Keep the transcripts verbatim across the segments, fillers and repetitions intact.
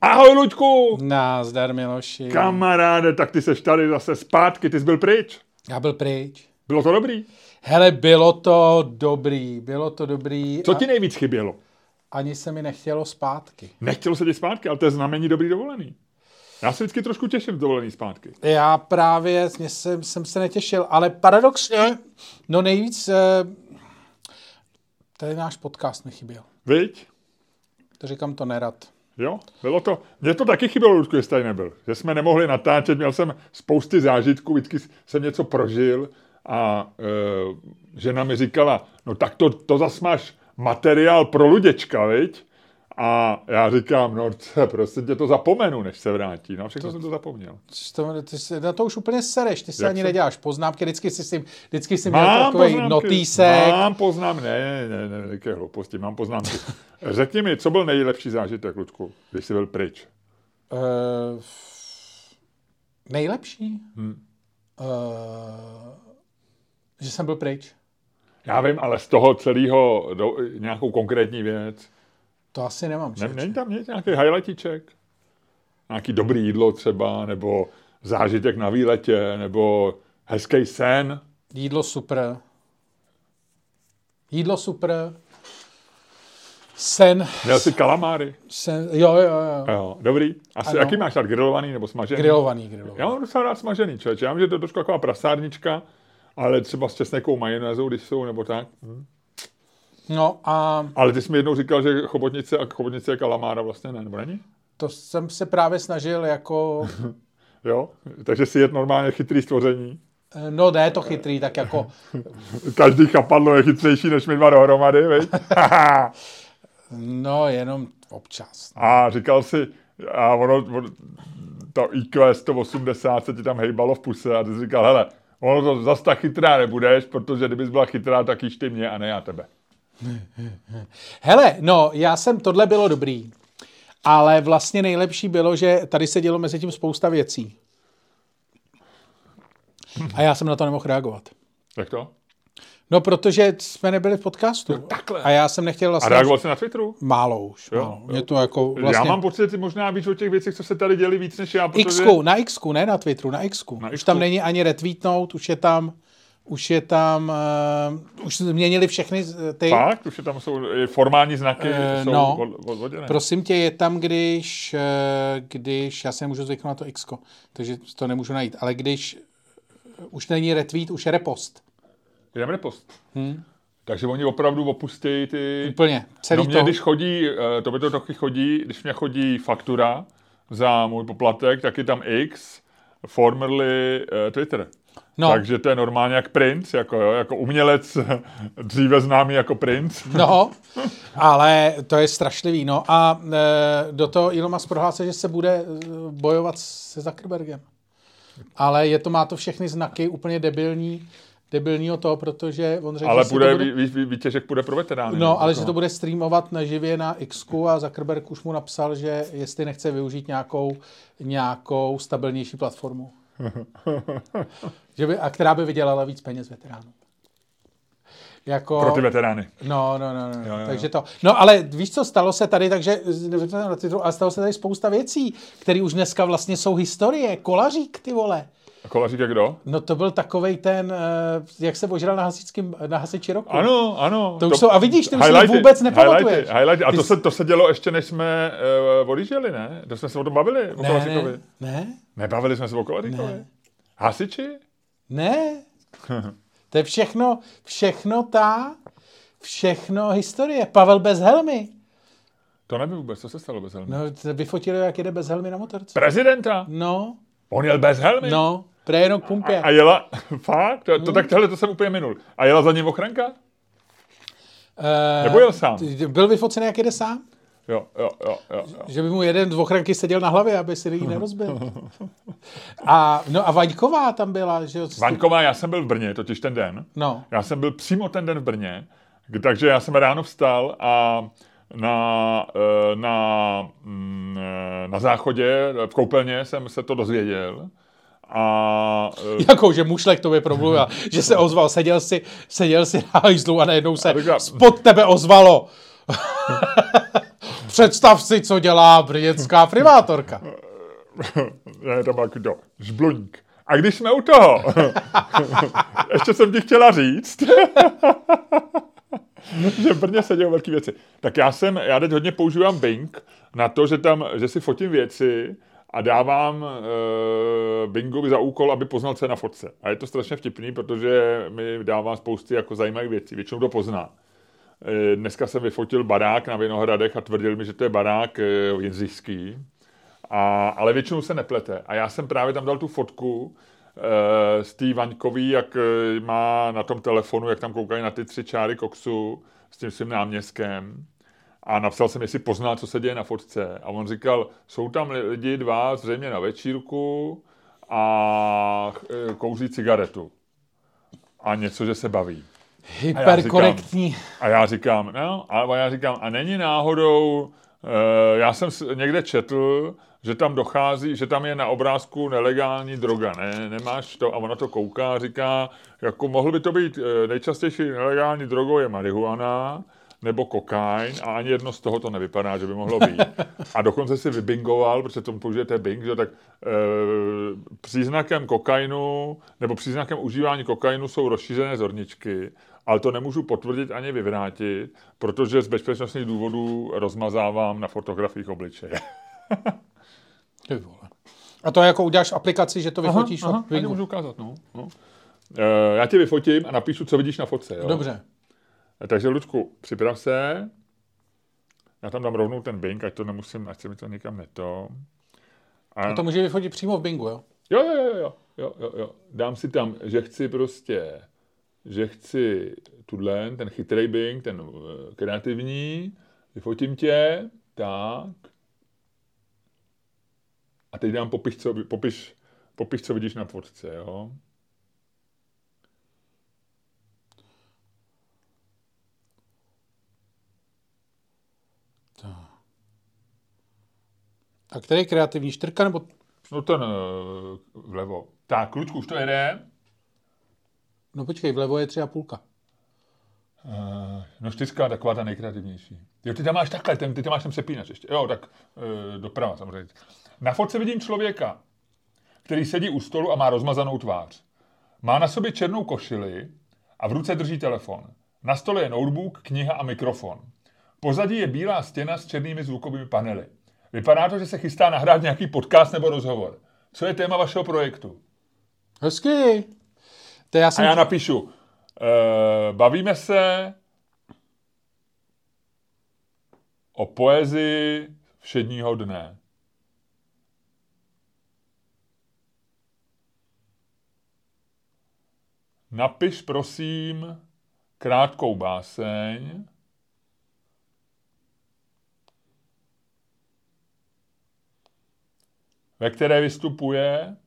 Ahoj, Luďku! Nazdar, Miloši. Kamaráde, tak ty seš tady zase zpátky, ty jsi byl pryč. Já byl pryč. Bylo to dobrý? Hele, bylo to dobrý, bylo to dobrý. Co ti nejvíc chybělo? Ani se mi nechtělo zpátky. Nechtělo se ti zpátky, ale to je znamení dobrý dovolený. Já se vždycky trošku těším z dovolený zpátky. Já právě jsem, jsem se netěšil, ale paradoxně, no nejvíc, tady náš podcast mi chyběl. Viď? To říkám to nerad. Jo, bylo to. Mně to taky chybělo, Ludku, jestli tady nebyl. Že jsme nemohli natáčet, měl jsem spousty zážitků, vždycky jsem něco prožil a e, žena mi říkala, no tak to, to zas máš materiál pro Luděčka, viď? A já říkám, no prostě tě to zapomenu, než se vrátí. No všechno to, jsem to zapomněl. To, ty si, na to už úplně sereš, ty si Jak ani se... neděláš poznámky, vždycky si, si, vždycky si měl takový notýsek. Mám poznámky, ne, ne, ne, ne, jaké hlouposti, mám poznámky. Řekni mi, co byl nejlepší zážitek, Ludku, když jsi byl pryč? Uh, nejlepší? Hmm. Uh, že jsem byl pryč. Já vím, ale z toho celého do, nějakou konkrétní věc. To asi nemám. Ne, není tam nějaký highlightíček? Nějaký dobrý jídlo třeba, nebo zážitek na výletě, nebo hezký sen? Jídlo super. Jídlo super. Sen. Měl jsi kalamáry? Sen, jo, jo, jo. jo dobrý. Asi, jaký máš rád, grilovaný nebo smažený? Grilovaný, grilovaný. Já mám docela rád smažený, člověč. Já vím, že to je trošku taková prasárnička, ale třeba s česnekou majonézou, když jsou, nebo tak. Hm. No a... Ale ty jsi mi jednou říkal, že chobotnice a chobotnice je kalamára vlastně ne, nebo není? To jsem se právě snažil jako... Jo, takže si jet normálně chytrý stvoření. No ne, to chytrý, tak jako... Každý chapadlo je chytřejší než my dva dohromady, veď? No, jenom občas. A říkal si, a ono, ono to í kvé sto osmdesát se ti tam hejbalo v puse a ty jsi říkal, hele, ono to zas tak chytrá nebudeš, protože kdybys byla chytrá, tak již ty mě a ne já tebe. Hele, no, já jsem, tohle bylo dobrý, ale vlastně nejlepší bylo, že tady se dělo mezi tím spousta věcí. A já jsem na to nemohl reagovat. Jak to? No, protože jsme nebyli v podcastu. No, takhle. A já jsem nechtěl vlastně... A reagoval jsi na Twitteru? Málo už. Jo, málo. Jo. Mě to jako vlastně... Já mám pocit, že možná víš o těch věcích, co se tady děli víc než já, protože... Xku, na Xku, ne na Twitteru, na Xku. Na už Xku. tam není ani retweetnout, už je tam... Už je tam... Uh, už změnili všechny ty... Fakt? Už je tam jsou formální znaky, Uh, jsou no, odvoděné. Prosím tě, je tam, když... Uh, když... Já se nemůžu zvyknout na to Xko, takže to nemůžu najít. Ale když už není retweet, už je repost. Jdeme repost. Hmm. Takže oni opravdu opustějí ty... Úplně, celý no mě, to. když chodí, to by to taky chodí, když mě chodí faktura za můj poplatek, tak je tam X, formerly uh, Twitter. No. Takže to je normálně jak Prince, jako, jo, jako umělec dříve známý jako Prince. No, ale to je strašlivý. No a e, do toho Elon Musk prohlásil, že se bude bojovat se Zuckerbergem. Ale je to, má to všechny znaky úplně debilní, debilního toho, protože on řekl, ale že bude, to bude... Vý, vý, výtěžek bude pro veterány. No, ale že to bude streamovat naživě na Xku a Zuckerberg už mu napsal, že jestli nechce využít nějakou, nějakou stabilnější platformu. Že by, a která by vydělala víc peněz veteránů. Jako, pro ty veterány. No, no, no, no. Jo, jo. Takže to. No, ale víš, co stalo se tady, takže ale stalo se tady spousta věcí, které už dneska vlastně jsou historie. Kolařík, ty vole. A Kolařík je kdo? No to byl takovej ten, jak se ožral na hasičským, na hasiči roku. Ano, ano. To už to, jsou, a vidíš, ty už si vůbec nepamatuješ. Highlighty, highlighty. A to se, to se dělo ještě, než jsme uh, odjížděli, ne? To jsme se o tom bavili, o ne, Kolaříkovi. Ne, ne. Nebavili jsme se o Kolaříkovi? Ne. Hasiči? Ne. To je všechno, všechno ta, všechno historie. Pavel bez helmy. To nevím vůbec, co se stalo bez helmy. No, vyfotili, jak jede bez helmy na motorce. Prezidenta? No. On jel bez helmy? No, prej jenom k pumpě. A, a jela, fakt? To, to, tak tohle to jsem úplně minul. A jela za ním ochranka? Uh, Nebo jel sám? Byl vyfocený, jak jede sám? Jo, jo, jo, jo, jo. Že by mu jeden z ochranky seděl na hlavě, aby si ji nerozbil. A, no a Vaňková tam byla. Že... Vaňková, já jsem byl v Brně, totiž ten den. No. Já jsem byl přímo ten den v Brně, takže já jsem ráno vstal a na, na, na záchodě v koupelně jsem se to dozvěděl. A, jako, že mušlek tobě promluvil, že se ozval, seděl si, seděl si na hajzlu a najednou se spod tebe ozvalo. Představ si, co dělá brněnská primátorka. Ne, to byl kdo? Žbluník. A když jsme u toho, ještě jsem ti chtěla říct, že v Brně se dějou velké věci. Tak já jsem, já teď hodně používám Bing na to, že tam, že si fotím věci a dávám uh, Bingovi za úkol, aby poznal, co je na fotce. A je to strašně vtipný, protože mi dává spousty jako zajímavých věcí. Většinou to pozná. Uh, dneska jsem vyfotil barák na Vinohradech a tvrdil mi, že to je barák uh, jindřišský. A, ale většinou se neplete. A já jsem právě tam dal tu fotku e, z té Vaňkový, jak e, má na tom telefonu, jak tam koukají na ty tři čáry koksu s tím svým náměstkem. A napsal jsem, jestli poznal, co se děje na fotce. A on říkal, jsou tam lidi dva zřejmě na večírku a e, kouří cigaretu. A něco, že se baví. Hyperkorektní. A já říkám, no, a já říkám, a není náhodou, e, já jsem někde četl, že tam dochází, že tam je na obrázku nelegální droga, ne, nemáš to, a ona to kouká a říká, jako mohl by to být, nejčastější nelegální drogou je marihuana, nebo kokain, a ani jedno z toho to nevypadá, že by mohlo být. A dokonce si vybingoval, protože tomu použijete Bing, že tak e, příznakem kokainu, nebo příznakem užívání kokainu jsou rozšířené zorničky, ale to nemůžu potvrdit ani vyvrátit, protože z bezpečnostních důvodů rozmazávám na fotografiích obličeje. A to jako uděláš aplikaci, že to vyfotíš? Aha, aha, můžu ukázat, no. no. E, já ti vyfotím a napíšu, co vidíš na fotce. Jo? Dobře. E, takže, Luďku, připrav se. Já tam dám rovnou ten Bing, ať to nemusím, ať se mi to nikam neto. A, a to může vyfotit přímo v Bingu, jo? Jo, jo, jo, jo, jo, jo, jo. Dám si tam, že chci prostě, že chci tudle, ten chytrý Bing, ten uh, kreativní, vyfotím tě, tak. A teď dám popiš, co, popiš, popiš, co vidíš na fotce, jo. A který je kreativní? Čtyřka nebo... No ten uh, vlevo. Tak, Luďku, už to jede. No počkej, vlevo je tři a půlka. Uh, no čtyřka, taková ta nejkreativnější. Jo, ty tam máš takhle, ten, ty tam máš ten přepínač ještě. Jo, tak uh, doprava samozřejmě. Na fotce vidím člověka, který sedí u stolu a má rozmazanou tvář. Má na sobě černou košili a v ruce drží telefon. Na stole je notebook, kniha a mikrofon. Pozadí je bílá stěna s černými zvukovými panely. Vypadá to, že se chystá nahrát nějaký podcast nebo rozhovor. Co je téma vašeho projektu? Hezky. To já jsem... A já napíšu, uh, bavíme se o poezii všedního dne. Napiš, prosím, krátkou báseň, ve které vystupuje...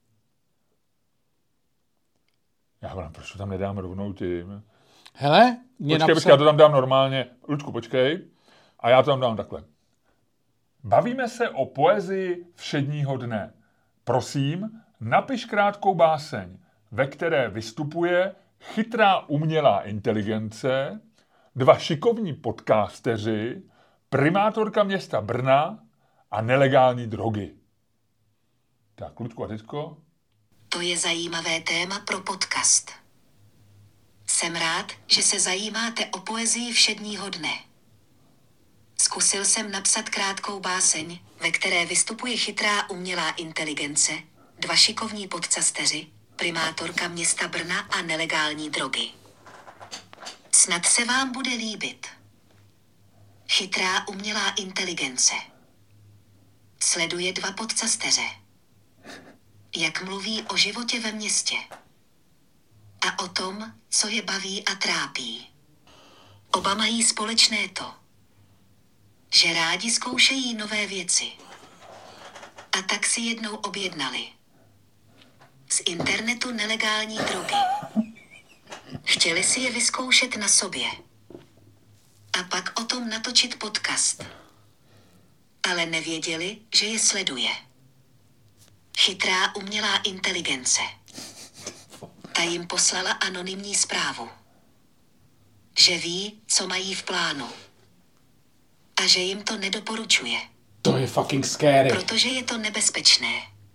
Já vám, proč to tam nedám rovnou tím? Hele, mě počkej, napsal... počkej, já to tam dám normálně. Luďku, počkej. A já to tam dám takhle. Bavíme se o poezii všedního dne. Prosím, napiš krátkou báseň, ve které vystupuje chytrá umělá inteligence, dva šikovní podcasteři, primátorka města Brna a nelegální drogy. Tak, Luďku, a teďko? To je zajímavé téma pro podcast. Jsem rád, že se zajímáte o poezii všedního dne. Zkusil jsem napsat krátkou báseň, ve které vystupuje chytrá umělá inteligence, dva šikovní podcasteři, primátorka města Brna a nelegální drogy. Snad se vám bude líbit. Chytrá umělá inteligence sleduje dva podcasteře, jak mluví o životě ve městě a o tom, co je baví a trápí. Oba mají společné to, že rádi zkoušejí nové věci. A tak si jednou objednali z internetu nelegální drogy. Chtěli si je vyzkoušet na sobě a pak o tom natočit podcast. Ale nevěděli, že je sleduje chytrá umělá inteligence. Ta jim poslala anonymní zprávu, že ví, co mají v plánu. a že jim to nedoporučuje. To je fucking scary. Protože je to nebezpečné.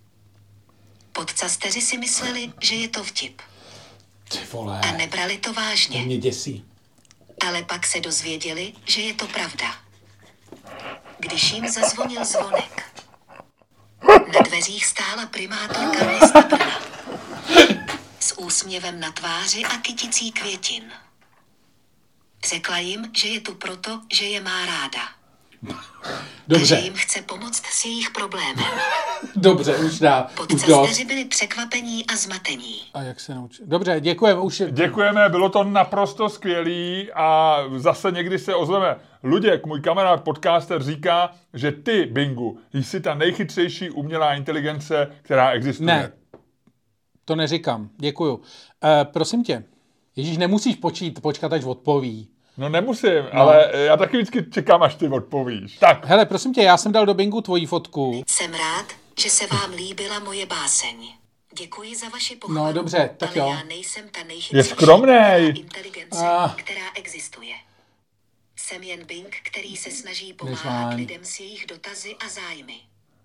Podcasteři si mysleli, že je to vtip. Ty vole. A nebrali to vážně. To mě děsí. Ale pak se dozvěděli, že je to pravda. Když jim zazvonil zvonek. Na dveřích stála primátorka města Brna. S úsměvem na tváři a kyticí květin. Řekla jim, že je tu proto, že je má ráda. Dobře. A že jim chce pomoct s jejich problémem. Dobře, už dá. Podcasteři byli překvapení a zmatení. A jak se naučí? Dobře, děkujeme. Už... Děkujeme, bylo to naprosto skvělý a zase někdy se ozveme. Luděk, můj kamarád podcaster, říká, že ty, Bingu, jsi ta nejchytřejší umělá inteligence, která existuje. Ne, to neříkám. Děkuju. Uh, prosím tě, Ježíš, nemusíš počít, počkat, až odpoví. No nemusím, no. Ale já taky vždycky čekám, až ty odpovíš. Tak. Hele, prosím tě, já jsem dal do Bingu tvoji fotku. Jsem rád, že se vám líbila moje báseň. Děkuji za vaši pochvalu, no, dobře, tak ale jo. já nejsem ta nejchytřejší Je skromnej. inteligence, Ah. která existuje. Jsem jen Bing, který se snaží pomáhat Nežván. lidem s jejich dotazy a zájmy.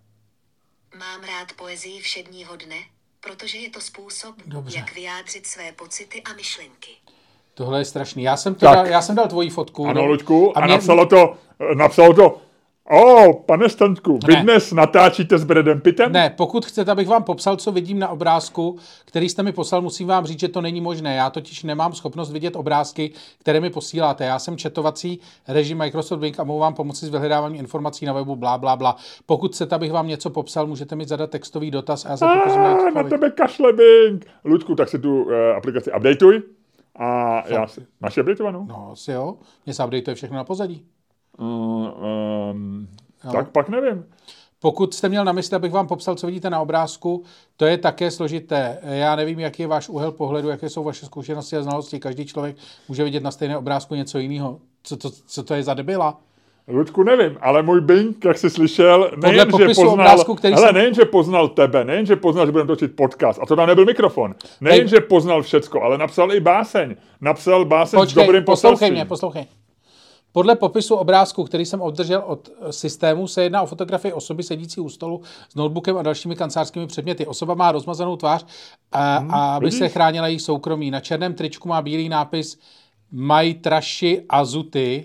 Mám rád poezii všedního dne, protože je to způsob, Dobře. jak vyjádřit své pocity a myšlenky. Tohle je strašný. Já jsem, to Tak. dal, já jsem dal tvoji fotku. Ano, Luďku, a, mě- a napsalo to, napsalo to, o, pane Staňku, vy Ne. dnes natáčíte s Bradem Pittem? Ne, pokud chcete, abych vám popsal, co vidím na obrázku, který jste mi poslal, musím vám říct, že to není možné. Já totiž nemám schopnost vidět obrázky, které mi posíláte. Já jsem chatovací režim Microsoft Bing a mohu vám pomoci s vyhledáváním informací na webu, blá, blá, blá. Pokud chcete, abych vám něco popsal, můžete mi zadat textový dotaz a já se pokusím najít A, na odpověď. tebe kašle, Bing. Luďku, tak si tu uh, aplikaci updateuj. A já si, máš ji updateovanou? No, asi jo. Mně se updateuje všechno na pozadí. Um, um, tak pak nevím. Pokud jste měl na mysli, abych vám popsal, co vidíte na obrázku, to je také složité. Já nevím, jaký je váš úhel pohledu, jaké jsou vaše zkušenosti a znalosti. Každý člověk může vidět na stejné obrázku něco jiného. Co to, co to je za debila? Luďku, nevím, ale můj Bing, jak jsi slyšel, nejen, že popisu poznal, obrázku, který hele, jsem- nejen, že poznal tebe, nejen, že poznal, že budeme točit podcast, a to tam nebyl mikrofon, nejen, Hej. že poznal všecko, ale napsal i báseň. Napsal báseň s Počkej, dobrým poslouchej poselstvím. mě, poslouchej. Podle popisu obrázku, který jsem obdržel od eh, systému, se jedná o fotografii osoby sedící u stolu s notebookem a dalšími kancelářskými předměty. Osoba má rozmazanou tvář, a, Hmm, a aby vidíš? se chránila jejich soukromí. Na černém tričku má bílý nápis Maitrashi Azuty.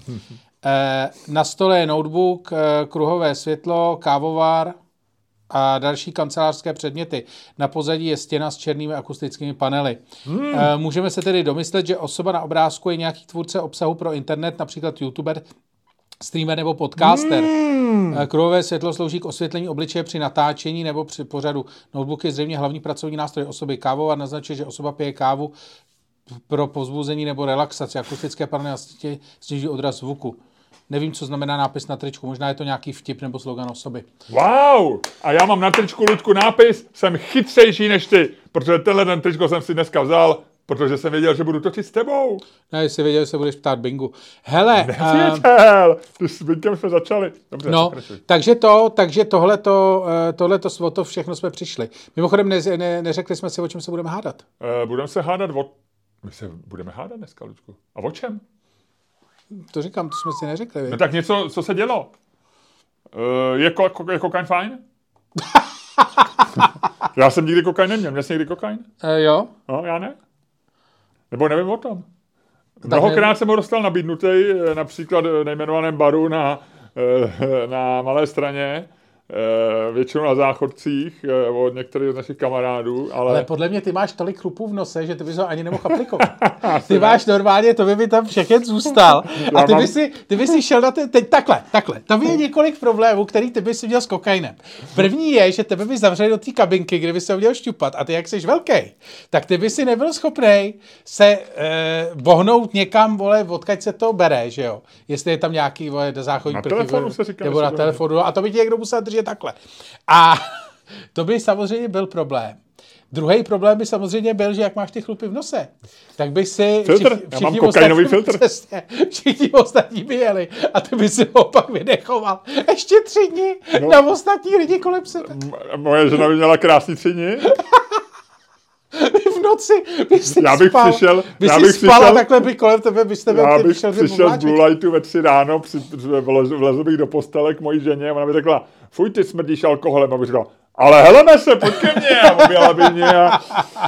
Eh, Na stole je notebook, eh, kruhové světlo, kávovar a další kancelářské předměty. Na pozadí je stěna s černými akustickými panely. Hmm. Můžeme se tedy domyslet, že osoba na obrázku je nějaký tvůrce obsahu pro internet, například youtuber, streamer nebo podcaster. Hmm. Kruhové světlo slouží k osvětlení obličeje při natáčení nebo při pořadu. Notebook je zřejmě hlavní pracovní nástroj osoby. Kávovar naznačuje, že osoba pije kávu pro povzbuzení nebo relaxaci. Akustické panely snižují odraz zvuku. Nevím, co znamená nápis na tričku. Možná je to nějaký vtip nebo slogan osoby. Wow! A já mám na tričku, Luďku, nápis, jsem chytřejší než ty, protože tenhle ten tričko jsem si dneska vzal, protože jsem věděl, že budu točit s tebou. No, jestli věděl, že se budeš ptát Bingu. Hele, uh, Věděl! Ty s Bingem jsme začali. Dobře, no, pokračuj. takže to, takže tohleto, uh, tohleto, o to všechno jsme přišli. Mimochodem, ne, ne, neřekli jsme si, o čem se budeme hádat. Uh, budeme se hádat o... My se budeme hádat dneska, Luďku. A o čem? To říkám, to jsme si neřekli. No Vy? tak něco, co se dělo. Uh, je, ko, ko, je kokain fajn? Já jsem nikdy kokain neměl. Měl jsi někdy kokain? Uh, jo? No, já ne. Nebo nevím o tom. Tak Mnohokrát ne... jsem ho dostal nabídnutý, například v nejmenovaném baru na, na Malé Straně, většinou na záchodcích od některých z našich kamarádů, ale... Ale podle mě ty máš tolik chlupů v nose, že ty bys ho ani nemohl aplikovat. Ty máš normálně, to by mi tam všechen zůstal. A ty by si, ty by si šel na ten, teď takhle, takhle. Tam je několik problémů, který ty by si měl s kokainem. První je, že tebe by zavřeli do té kabinky, kde by se ho měl šťupat. A ty, jak jsi velký, tak ty by si nebyl schopnej se eh, bohnout někam, vole, odkud se to bere, že jo. Jestli je tam nějaký, vole, záchodní Na prvky, telefonu se říká, nebo na že- telefonu. A to by ti někdo musel držet takhle. A to by samozřejmě byl problém. Druhý problém by samozřejmě byl, že jak máš ty chlupy v nose, tak by si... Filtr, já mám kokainový ostatní, filtr. Přesně, všichni ostatní by jeli a ty by si ho pak vydechoval ještě tři dny No. na ostatní lidi kolem sebe. M- moje žena by měla krásný tři dny. V noci byste já bych spal, přišel, by já si bych spal přišel, a takhle by kolem tebe byste já bych přišel, přišel z Blue Lightu ve tři ráno, při, vlezl bych do postele k mojí ženě a ona by řekla, fuj, ty smrdíš alkoholem, a bych řekla, ale heleme se, pojď ke mně, a objela by mě. A...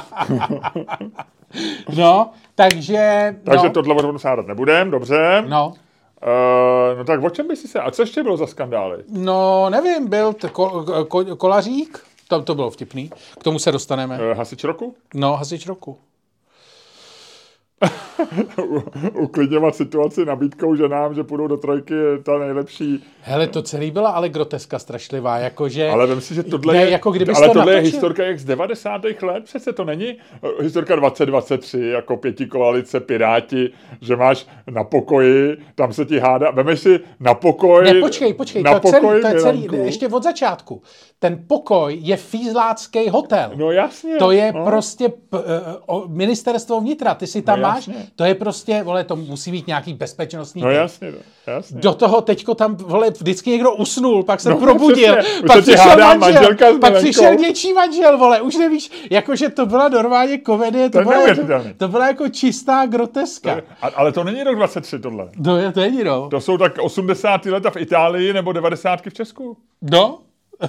no, takže... takže no. tohle budu sádat nebudem, dobře. No. Uh, no tak o čem by si se... A co ještě bylo za skandály? No, nevím, byl t- ko, ko, Kolařík, to, to bylo vtipný, k tomu se dostaneme. Uh, hasič roku? No, hasič roku. Uklidňovat situaci nabídkou ženám, že půjdou do trojky, je ta nejlepší. Hele, to celý byla ale groteska strašlivá, jakože... Ale vem si, že tohle ne, je, jako ale to tohle je natočil. historka jak z devadesátých let, přece to není historka dvacet dvacet tři, jako pěti koalice, Piráti, že máš na pokoji, tam se ti hádá, vemeš si na pokoj... Ne, počkej, počkej, na to, celý, to je celý, Milanku. ještě od začátku. Ten pokoj je fízlácký hotel. No jasně. To je no. prostě p, o, ministerstvo vnitra, ty si tam No máš, jasně. to je prostě, vole, to musí být nějaký bezpečnostní. No typ. jasně, no, jasně. Do toho teďko tam, vole, vždycky někdo usnul, pak se No, probudil, přesně. Už pak se ti přišel hádá manžel, manželka s pak Milenkou. přišel něčí manžel, vole, už nevíš, jakože to byla normálně komedie, to, To je byla, jako, neuvěřitelný. to byla jako čistá groteska. A, ale to není rok dvacet tři tohle. To je, to je no. To jsou tak osmdesátá leta v Itálii nebo devadesátky v Česku. No?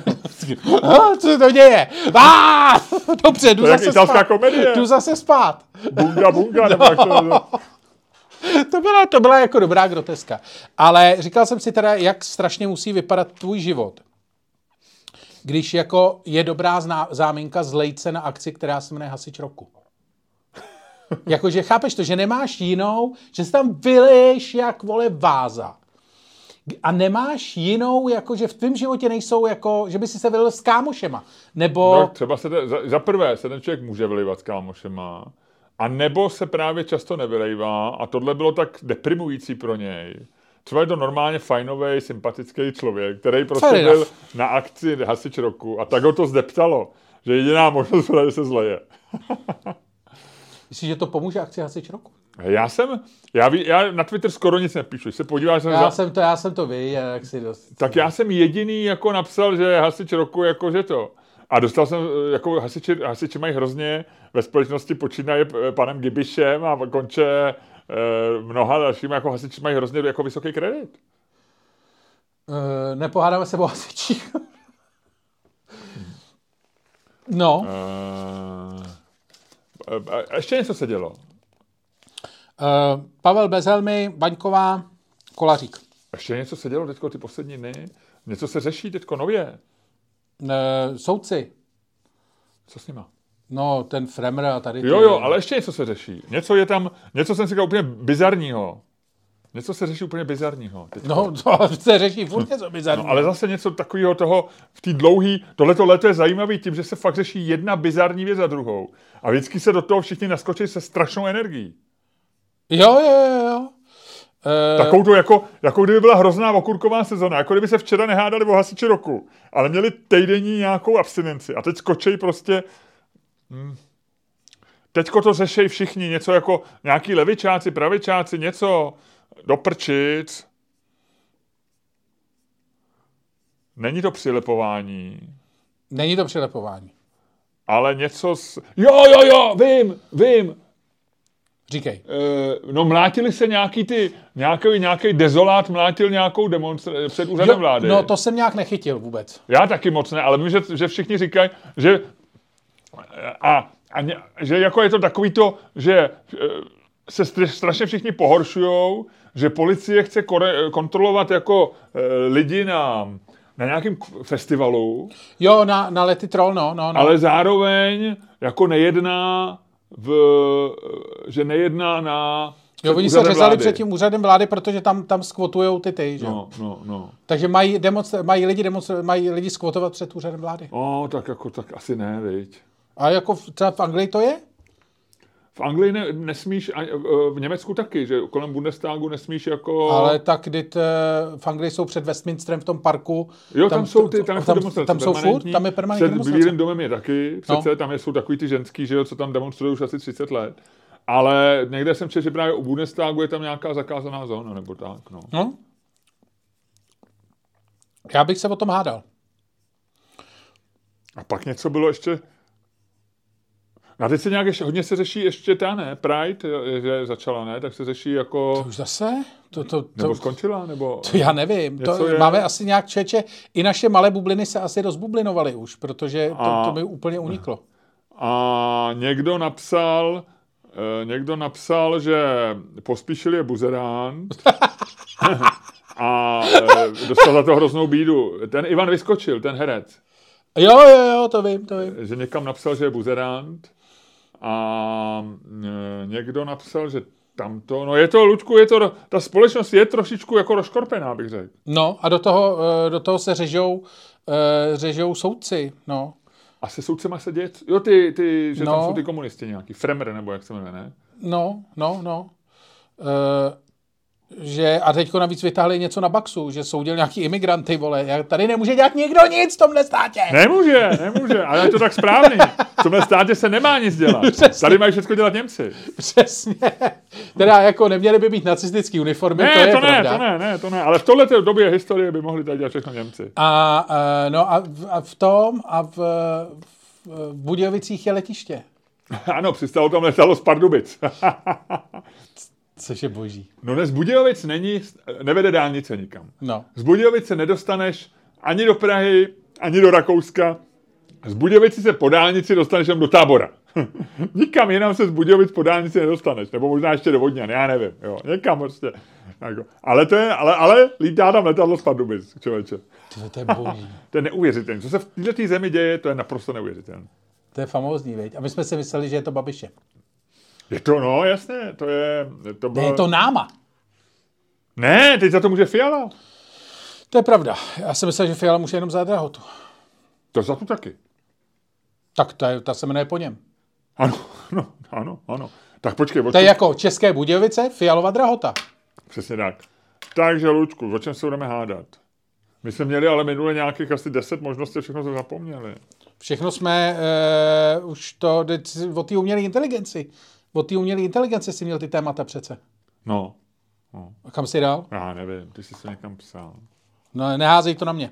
Ah, co se to děje? Ah, dobře, jdu To je jak zase italská spát. komedie. Jdu zase spát. Bunga, bunga, nebo jak to... To byla, to byla jako dobrá groteska. Ale říkal jsem si teda, jak strašně musí vypadat tvůj život, když jako je dobrá zná, záminka zlejt se na akci, která se jmenuje Hasič roku. Jakože chápeš to, že nemáš jinou, že se tam vyleješ jak, vole, váza. A nemáš jinou, jakože v tvém životě nejsou, jako, že by si se vylil s kámošema. Nebo... No, třeba se te, za, za prvé se ten člověk může vylejvat s kámošema. A nebo se právě často nevylejvá a tohle bylo tak deprimující pro něj. Třeba je to normálně fajnový, sympatický člověk, který prostě Fair byl enough. na akci Hasič roku a tak ho to zdeptalo, že jediná možnost byla, že se zleje. Myslíš, že to pomůže akci Hasič roku? Já jsem, já, ví, já na Twitter skoro nic nepíšu, když se podíváš na... Já jsem to, já jsem to viděl, jak si dost... Tak já jsem jediný jako napsal, že je Hasič roku, jakože to. A dostal jsem, jako hasiči, hasiči mají hrozně ve společnosti počínaje panem Gibišem a konče eh, mnoha dalšími, jako hasiči mají hrozně jako vysoký kredit. Uh, nepohádáme se o hasičích. No. Uh, a ještě něco se dělo. Uh, Pavel Bezhelmy, Baňková, Kolařík. Ještě něco se dělo teďko ty poslední dny. Něco se řeší teďko nově. Uh, soudci. Co s nima? No, ten Fremr a tady... Jo, jo, ale ještě něco se řeší. Něco je tam, něco jsem si říkal úplně bizarního. Něco se řeší úplně bizarního. Teďko. No, to se řeší furt něco bizarního. No, ale zase něco takového toho v té dlouhý, tohleto léto je zajímavý tím, že se fakt řeší jedna bizarní věc za druhou. A vždycky se do toho všichni naskočí se strašnou energií. Jo, jo, jo, jo. Uh, Takovou to jako, jako kdyby byla hrozná okurková sezona, jako kdyby se včera nehádali o Hasiči roku, ale měli týdenní nějakou abstinenci a teď skočej prostě... Hmm. Teďko to řešej všichni, něco jako nějaký levičáci, pravičáci, něco do prčic. Není to přilepování. Není to přilepování. Ale něco s... Jo, jo, jo, vím, vím. Říkej. E, no mlátili se nějaký ty, nějaký, nějaký dezolát mlátil nějakou demonstraci před úřadem Jo, vlády. no to jsem nějak nechytil vůbec. Já taky moc ne, ale vím, že, že všichni říkají, že a, a ně, že jako je to takový to, že se strašně všichni pohoršujou, že policie chce kore, kontrolovat jako e, lidi na, na nějakém festivalu. Jo, na, na Lety Troll, no, no, no. Ale zároveň jako nejedná v, že nejedná na... Jo, oni se řezali před tím úřadem vlády, protože tam, tam skvotujou ty ty, že? No, no, no. Takže mají, demonstra- mají, lidi demonstra- mají lidi skvotovat před úřadem vlády. O, tak jako, tak asi ne, viď. A jako v, třeba v Anglii to je? V Anglii ne, nesmíš, a v Německu taky, že kolem Bundestagu nesmíš jako... Ale tak, kdy t, v Anglii jsou před Westminsterem v tom parku. Jo, tam, tam jsou ty, tam, tam, tam, tam jsou furt, tam je permanentní Před demonstrace. Bílým domem je taky, přece, no. Tam jsou takový ty ženský, že jo, co tam demonstrují už asi třicet let. Ale někde jsem četl, že právě u Bundestagu je tam nějaká zakázaná zóna, nebo tak, no. no. Já bych se o tom hádal. A pak něco bylo ještě... A teď se nějak ještě, hodně se řeší ještě ta, ne? Pride, že začala, ne? Tak se řeší jako... To už zase? To, to, to, nebo skončila, nebo... To já nevím. To je... Máme asi nějak čeče. I naše malé bubliny se asi rozbublinovaly už, protože to, a... to mi úplně uniklo. A někdo napsal, eh, někdo napsal, že Pospíšil je buzerant a eh, dostal za to hroznou bídu. Ten Ivan Vyskočil, ten herec. Jo, jo, jo, to vím, to vím. Že někam napsal, že je buzerant a eh, někdo napsal, že tamto, no je to, Luďku, je to, ta společnost je trošičku jako rozkorpená, bych řekl. No a do toho, do toho se řežou, řežou soudci, no. A se soudcema se děje, jo, ty, ty že no. tam jsou ty komunisti nějaký, Fremer, nebo jak se jmenuje, ne? No, no, no. E, že, a teďko navíc vytáhli něco na Baxu, že soudil nějaký imigranty, vole. Tady nemůže dělat nikdo nic v tomhle státě. Nemůže, nemůže, ale je to tak správný. V tomhle státě se nemá nic dělat. Přesně. Tady mají všechno dělat Němci. Přesně. Teda jako neměly by být nacistický uniformy, ne, to je to pravda. Ne, to ne, ne, to ne, ale v tohleté době historie by mohli tady dělat všechno Němci. A, no a v, a v tom a v, v Budějovicích je letiště. Ano, přistalo tam letalo z Pardubic. Což je boží. No ne, z Budějovic není, nevede dálnice nikam. No. Z Budějovic se nedostaneš ani do Prahy, ani do Rakouska. Z Budějovici se po dálnici dostaneš jen do Tábora. Nikam jinam se z Budějovic po dálnici nedostaneš. Nebo možná ještě do Vodňan, já nevím. Jo, někam prostě. Jako. Ale to je, ale, ale lítá tam letadlo z Pardubic, člověče. To, to je boží. To je neuvěřitelné. Co se v této zemi děje, to je naprosto neuvěřitelné. To je famózní, veď. A my jsme si mysleli, že je to Babiše. Je to, no, jasně, to je... To bylo... Je to náma. Ne, teď za to může Fiala. To je pravda. Já jsem myslel, že Fiala může jenom za drahotu. To za to taky. Tak to je, ta se jmenuje po něm. Ano, no, ano, ano. Tak počkej. To je jako České Budějovice, Fialova drahota. Přesně tak. Takže, Lučku, o čem se budeme hádat? My jsme měli ale minule nějakých asi deset možností, všechno jsme zapomněli. Všechno jsme, uh, už to, o té umělé inteligenci. O té umělé inteligenci si měl ty témata přece. No. no. A kam jsi dal? Já nevím, ty jsi se někam psal. No, neházej to na mě.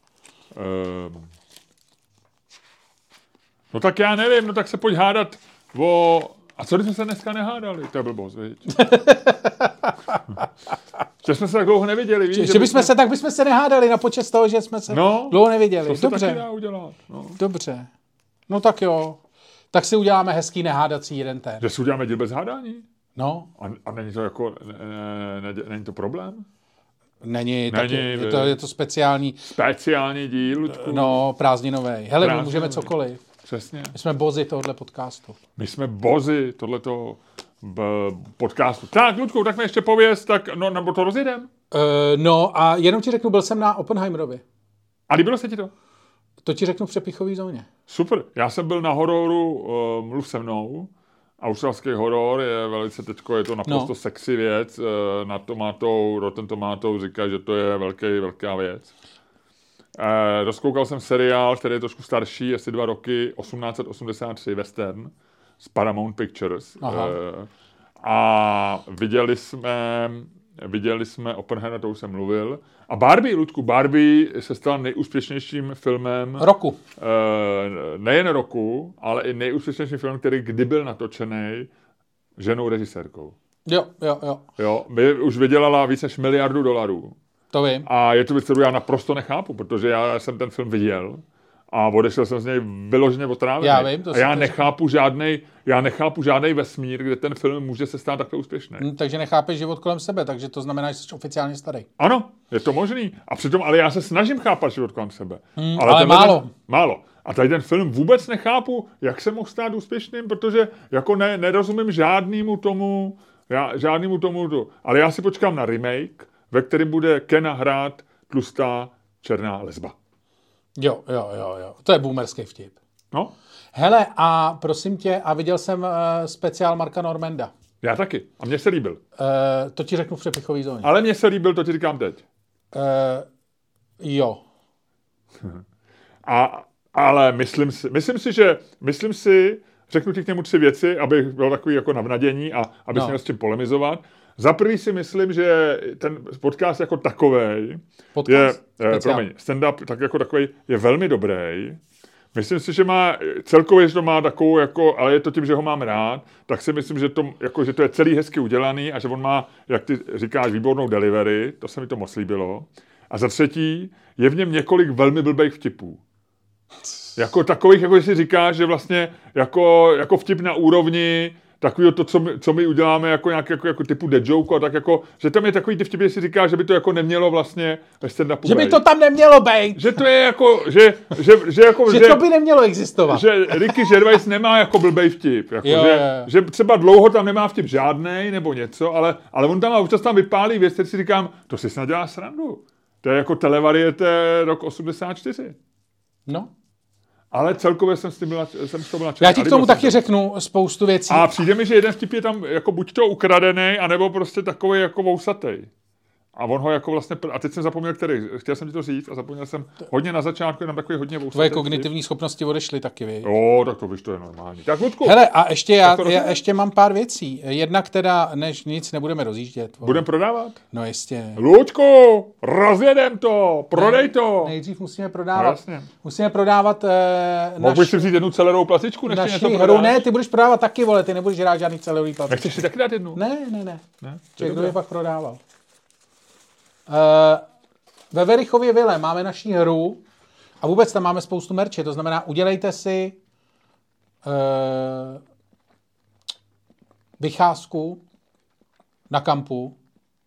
Um. No tak já nevím, no tak se pojď hádat o... A co když jsme se dneska nehádali? To je blbost, viď? Že jsme se tak dlouho neviděli, víš? Že, že že bychom se, tak bychom se nehádali na počest toho, že jsme se no, dlouho neviděli. To se Dobře. taky dá udělat. No. Dobře. No tak jo. Tak si uděláme hezký nehádací jeden ten. Že si uděláme díl bez hádání? No. A, a není to jako, ne, ne, ne, není to problém? Není, Není taky, je, to, je to speciální. Speciální díl, Ludku. No, prázdninový. Hele, Prázdninový. my můžeme cokoliv. Přesně. My jsme bozy tohohle podcastu. My jsme bozy tohleto b- podcastu. Tak, Ludku, tak mi ještě pověz, tak, no, nebo to rozjedem. Uh, no a jenom ti řeknu, byl jsem na Oppenheimerovi. A líbilo se ti to? To ti řeknu v přepichové zóně. Super. Já jsem byl na hororu uh, Mluv se mnou. Australský horor je velice teďko, je to naprosto no. sexy věc. Uh, na Tomatou, Rotten Tomatou říká, že to je velký, velká věc. Uh, rozkoukal jsem seriál, který je trošku starší, asi dva roky, osmnáct set osmdesát tři, western z Paramount Pictures. Uh, a viděli jsme, viděli jsme Oppenheimer, to už jsem mluvil. A Barbie, Ludku, Barbie se stal nejúspěšnějším filmem roku. Uh, nejen roku, ale i nejúspěšnějším filmem, který kdy byl natočený ženou režisérkou. Jo, jo, jo. Jo, by už vydělala více než miliardu dolarů. To vím. A je to věc, kterou já naprosto nechápu, protože já jsem ten film viděl a odešel jsem z něj vyloženě otrávený. Já vím, to a já to nechápu žádnej, já nechápu žádnej vesmír, kde ten film může se stát takto úspěšný. Hmm, takže nechápeš život kolem sebe, takže to znamená, že jsi oficiálně starý. Ano, je to možný. A přitom, ale já se snažím chápat život kolem sebe. Hmm, ale ale málo. Ten, málo. A tady ten film vůbec nechápu, jak se mohl stát úspěšným, protože jako ne, nerozumím žádnému tomu, já, žádnému tomu, to. Ale já si počkám na remake, ve kterém bude Kena hrát tlustá černá lesba. Jo, jo, jo, jo. To je boomerský vtip. No. Hele, a prosím tě, a viděl jsem uh, speciál Marka Normanda. Já taky. A mně se líbil. Uh, to ti řeknu v přepichový zóně. Ale mně se líbil, to ti říkám teď. Uh, jo. a, ale myslím si, myslím si, že, myslím si, řeknu ti k němu tři věci, abych byl takový jako navnadění a abych no. měl s tím polemizovat. Za prvý si myslím, že ten podcast jako takovej podcast? je, eh, promiň, stand-up tak jako takovej je velmi dobrý, Myslím si, že má celkově, že to má takovou, jako, ale je to tím, že ho mám rád, tak si myslím, že to, jako, že to je celý hezky udělaný a že on má, jak ty říkáš, výbornou delivery, to se mi to moc líbilo. A za třetí, je v něm několik velmi blbých vtipů. Jako takových, jako si říkáš, že vlastně jako, jako vtip na úrovni takového to, co my, co my uděláme jako nějak jako, jako typu dead joke, a tak jako, že tam je takový ty vtipy, že si říká, že by to jako nemělo vlastně ve stand-upu Že by to tam nemělo být. Že to je jako, že, že, že jako, že, že to by nemělo existovat. Že Ricky Gervais nemá jako blbej vtip, jako, jo, že, jo. že třeba dlouho tam nemá vtip žádnej nebo něco, ale, ale on tam má občas tam vypálí věc, který si říkám, to si snad dělá srandu. To je jako televariete rok osmdesát čtyři. No. Ale celkově jsem s tím byla, jsem s toho byla černý. Já ti k tomu taky řeknu spoustu věcí. A přijde mi, že jeden vtip je tam jako buď to ukradený, anebo prostě takový jako vousatej. A on ho jako vlastně, a teď jsem zapomněl, který, chtěl jsem ti to říct a zapomněl jsem hodně na začátku, jenom takový hodně vousatej. Tvoje kognitivní schopnosti odešly taky, víš? Jo, tak to víš, to je normální. Tak Ludku. Hele, a ještě já, já ještě mám pár věcí. Jedna, která, než nic nebudeme rozjíždět. Budeme prodávat? No jistě. Ludku, rozjedem to, prodej ne, to. Nejdřív musíme prodávat. No, jasně. Musíme prodávat eh, Mohl bych si vzít jednu celerovou plastičku, než naši něco hru. prodáš? Ne, ty budeš prodávat taky, vole, ty nebudeš hrát žádný celerový plastičku. Nechceš si taky dát jednu? Ne, ne, ne. ne? Ček, kdo je pak prodával? Uh, ve Verichově vile máme naší hru a vůbec tam máme spoustu merče, to znamená, udělejte si uh, vycházku na kampu.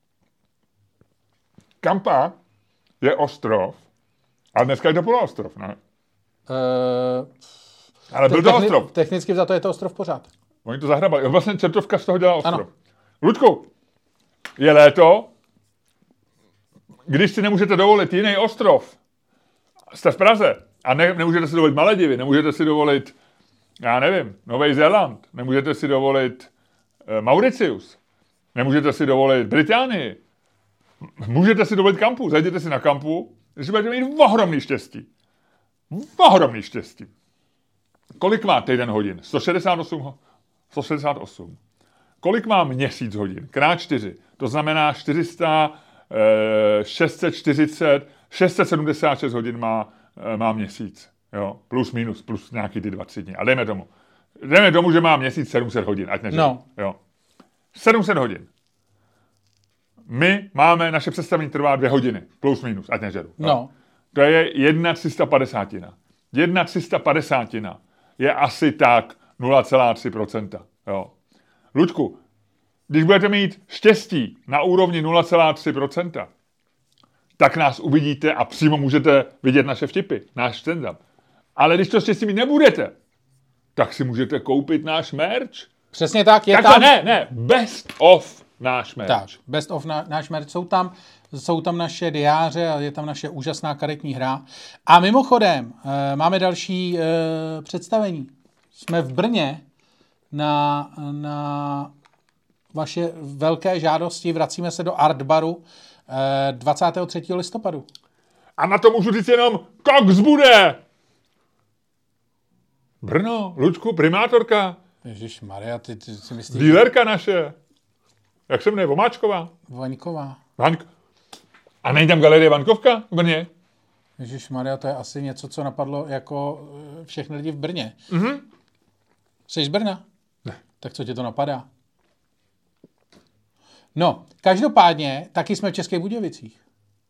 Kampa je ostrov, a dneska je to poloostrov, ne? Uh, Ale byl to techni- ostrov. Technicky za to je to ostrov pořád. Oni to zahrabali. Vlastně Čertovka z toho dělá ostrov. Ano. Ludku, je léto, když si nemůžete dovolit jiný ostrov, jste v Praze a ne, nemůžete si dovolit Maledivy, nemůžete si dovolit, já nevím, Nový Zéland, nemůžete si dovolit eh, Mauricius, nemůžete si dovolit Británii, můžete si dovolit kampu, zajděte si na kampu, když budete mít ohromný štěstí. Ohromný štěstí. Kolik má týden hodin? sto šedesát osm. sto šedesát osm. Kolik má měsíc hodin? Krát čtyři. To znamená čtyři sta, šest set čtyřicet, šest set sedmdesát šest hodin má, má měsíc. Jo? Plus, minus, plus nějaký ty dva, tři dny. A dejme tomu. Dejme tomu, že má měsíc sedm set hodin. Ať nežiju. No. Jo. sedm set hodin. My máme, naše představení trvá dvě hodiny. Plus, minus. Ať nežeru. No. To je jedna tři sta padesát. jedna tři sta padesát je asi tak nula celá tři procenta. Jo. Luďku, když budete mít štěstí na úrovni nula celá tři procenta, tak nás uvidíte a přímo můžete vidět naše vtipy, náš stand-up. Ale když to štěstí mít nebudete, tak si můžete koupit náš merch. Přesně tak, je Takhle, tam... ne, ne, best of náš merch. Tak, best of na, náš merch. Jsou tam, jsou tam naše diáře a je tam naše úžasná karetní hra. A mimochodem, e, máme další e, představení. Jsme v Brně na, na vaše velké žádosti. Vracíme se do Artbaru e, dvacátého třetího listopadu. A na to můžu říct jenom, koks bude! Brno, Luďku, primátorka. Ježišmarja, ty, ty si myslíš... Dílerka naše. Jak se jmenuje? Vomáčková? Vaňková. Vank... A není tam galerie Vankovka v Brně? Ježišmarja, to je asi něco, co napadlo jako všechny lidi v Brně. Mhm. Jsi z Brna? Ne. Tak co tě to napadá? No, každopádně taky jsme v Českých Budějovicích.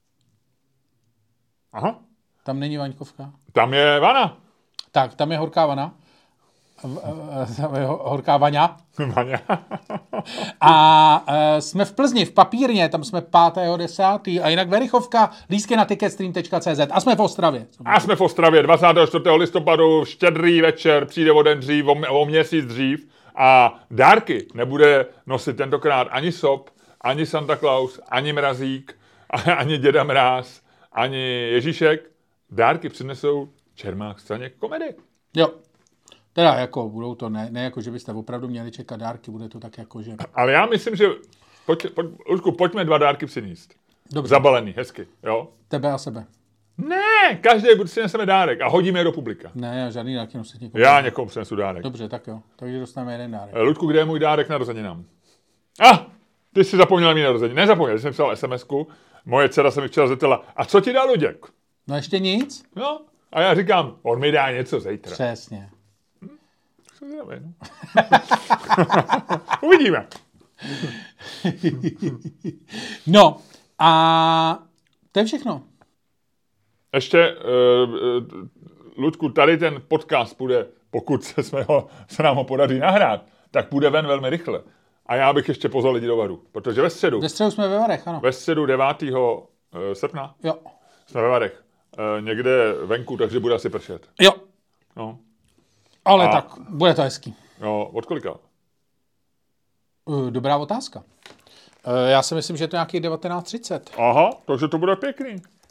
Aha. Tam není Vaňkovka. Tam je Vana. Tak, tam je horká vana. Tam je horká vaňa. Vaňa. A uh, jsme v Plzni, v Papírně, tam jsme pátého desátého A jinak Verichovka, lístky na ticketstream tečka cé zet. A jsme v Ostravě. A jsme v Ostravě dvacátého čtvrtého listopadu, štědrý večer, přijde o den dřív, o, o měsíc dřív. A dárky nebude nosit tentokrát ani Sob, ani Santa Claus, ani Mrazík, ani Děda Mráz, ani Ježíšek. Dárky přinesou Čermák Staněk komedy. Jo. Teda jako budou to, ne, ne jako, že byste opravdu měli čekat dárky, bude to tak jako, že... Ale já myslím, že pojď, pojď, Luďku, pojďme dva dárky přinést. Dobře. Zabalený, hezky, jo? Tebe a sebe. Ne, každý přineseme dárek a hodíme je do publika. Ne, já žádný dárky nosit nikomu. Já někomu přinesu dárek. Dobře, tak jo. Takže dostaneme jeden dárek. Luďku, kde je můj dárek narozeninám? A, ah, ty jsi zapomněl mý narozeniny. Nezapomněl, jsem psal es em esku. Moje dcera se mi včera zeptala, a co ti dá Luděk? No ještě nic? No, A já říkám, on mi dá něco zítra. Přesně. Hm? Uvidíme. No a to je všechno. Ještě, uh, uh, Ludku, tady ten podcast bude, pokud se, jsme ho, se nám ho podaří nahrát, tak půjde ven velmi rychle. A já bych ještě pozval lidi do varu, protože ve středu... Ve středu jsme ve Varech, ano. Ve středu devátého srpna Jo. jsme ve Varech. Uh, někde venku, takže bude asi pršet. Jo. No. Ale A... tak, bude to hezký. Jo, od kolika? Uh, dobrá otázka. Uh, já si myslím, že je to nějakých devatenáct třicet. Aha, takže to bude pěkný.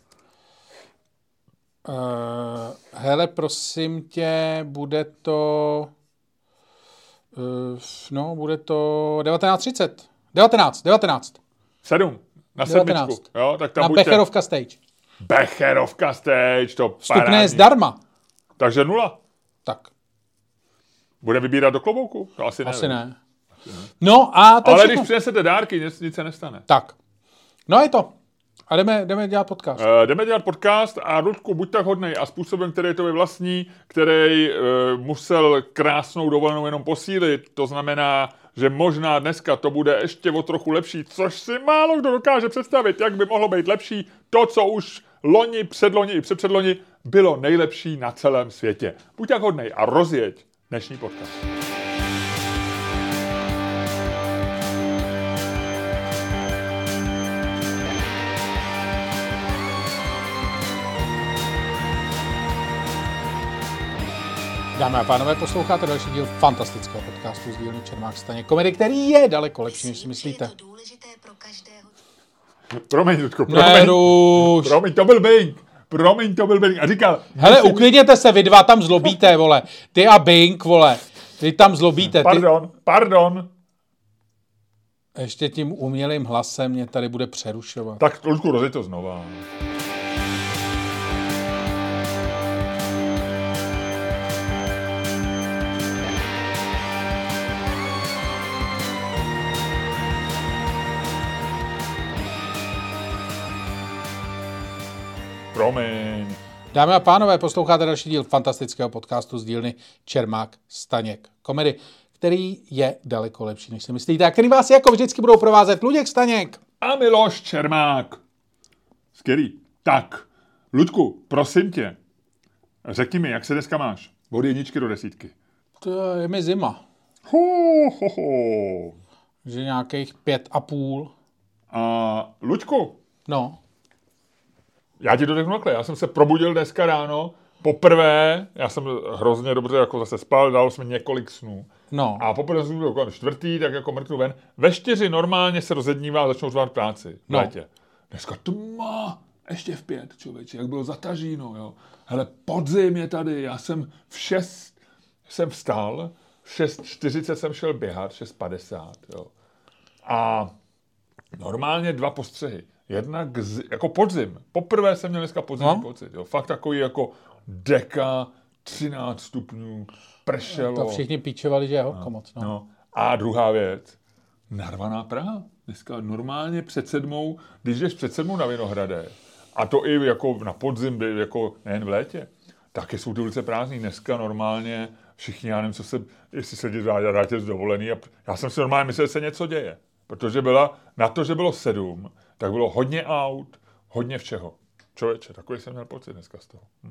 Uh, hele, prosím tě, bude to... Uh, no, bude to devatenáct třicet. devatenáct, devatenáct. Sedm. Na devatenáct. sedmičku. Jo, tak tam Na buďte. Becherovka stage. Becherovka stage, to Vstupné parádní. zdarma. Takže nula. Tak, Bude vybírat do klobouku? To asi ne. asi ne. No a to je Ale všechno. když přinesete dárky, nic, nic se nestane. Tak. No je to. A jdeme, jdeme dělat podcast. Uh, jdeme dělat podcast a Ludku, buď tak hodnej a způsobem, který je to vlastní, který uh, musel krásnou dovolenou jenom posílit, to znamená, že možná dneska to bude ještě o trochu lepší, což si málo kdo dokáže představit, jak by mohlo být lepší to, co už loni, předloni i předpředloni bylo nejlepší na celém světě. Buď tak hodnej a rozjeď dnešní podcast. Dámy a pánové, posloucháte další díl fantastického podcastu z dílny Čermák Staněk komedy, který je daleko lepší, než si myslíte. Je to důležité pro každého. Promiň, Ludku, promiň. Neruš. Promiň, to byl Bing. Promiň, to byl Bing. A říkal... Hele, musím- uklidněte se, vy dva tam zlobíte, vole. Ty a Bing, vole. Vy tam zlobíte. Ty... Pardon, pardon. Ještě tím umělým hlasem mě tady bude přerušovat. Tak, Ludku, rozjeď to znova. Promiň. Dámy a pánové, posloucháte další díl fantastického podcastu z dílny Čermák Staněk komedy, který je daleko lepší, než si myslíte, a který vás jako vždycky budou provázet Luděk Staněk. A Miloš Čermák. Skvělý. Tak, Ludku, prosím tě, řekni mi, jak se dneska máš? Od jedničky do desítky. To je mi zima. Ho, ho, ho. Že nějakých pět a půl. A Luďku, No. já ti to řeknu takhle, já jsem se probudil dneska ráno, poprvé, já jsem hrozně dobře jako zase spal, dal jsem několik snů. No. A poprvé jsem byl kolem čtvrtý, tak jako mrknu ven. Ve čtyři normálně se rozednívá a začnou řvát práci v No. létě. Dneska tma, ještě v pět, člověče, jak bylo zatažíno, jo. Hele, podzim je tady, já jsem v šest, jsem vstal, v šest čtyřicet jsem šel běhat, šest padesát, jo. A normálně dva postřehy. Jednak z, jako podzim. Poprvé jsem měl dneska podzimní No. pocit, jo. Fakt takový jako deka, třináct stupňů, pršelo. To všichni píčovali, že je horko moc. No. No. A druhá věc, narvaná Praha. Dneska normálně před sedmou, když jdeš před sedmou na Vinohradě, a to i jako na podzim, jako nejen v létě, taky jsou ty ulice prázdný. Dneska normálně všichni, já nevím, co se, jestli se dáte z dovolený. A já jsem si normálně myslel, že se něco děje. Protože byla, na to, že bylo sedm, tak bylo hodně aut, hodně všeho. Člověče, takový jsem měl pocit dneska z toho. Hm.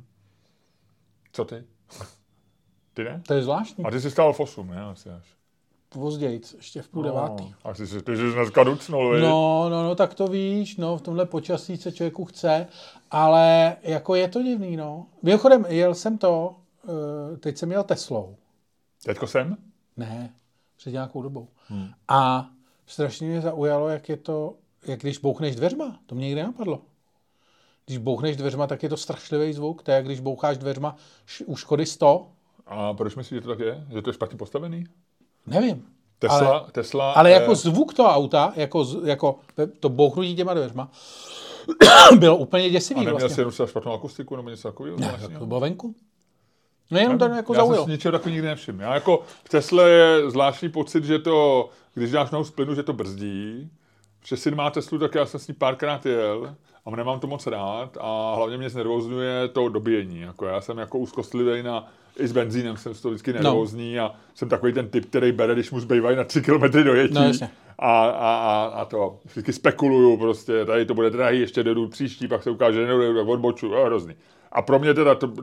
Co ty? Ty ne? To je zvláštní. A ty jsi stál v osm, ne? Asi až. Pozdějc, ještě v půl devátý. No, asi si, ty jsi dneska ducnul, viď? No, no, no, tak to víš, no, v tomhle počasí se člověku chce, ale jako je to divný, no. Mimochodem, jel jsem to, uh, teď jsem jel Teslou. Teďko jsem? Ne, před nějakou dobou. Hmm. A strašně mě zaujalo, jak je to, jak když bouchneš dveřma, to mě nikdy nenapadlo. Když bouchneš dveřma, tak je to strašlivý zvuk, to je, jak když boucháš dveřma š- u Škody sto. A proč myslíš, že to tak je? Že to je špatně postavený? Nevím. Tesla, ale, Tesla... ale jako eh, zvuk toho auta, jako, z- jako to bouchnutí těma dveřma, bylo úplně A děsivý neměl vlastně. jsi jenom třeba špatnou akustiku nebo něco takového? Ne, zvláštního? to bylo venku. No jenom to jako Já jsem zaujalo. si ničeho takového nikdy nevšiml. Já jako v Tesle je zvláštní pocit, že to, když dáš nohu z plynu, že to brzdí. Že syn má Teslu, tak já jsem s ní párkrát jel. a nemám to moc rád a hlavně mě znervózňuje to dobíjení. Jako já jsem jako úzkostlivý na, i s benzínem jsem to vždycky nervózní no. a jsem takový ten typ, který bere, když mu zbývají na tři kilometry dojetí. No, a, a, a, a to vždycky spekuluju prostě, tady to bude drahý, ještě jdu příští, pak se ukáže, že nejdu, tak odboču, jo, hrozný. A pro mě teda to...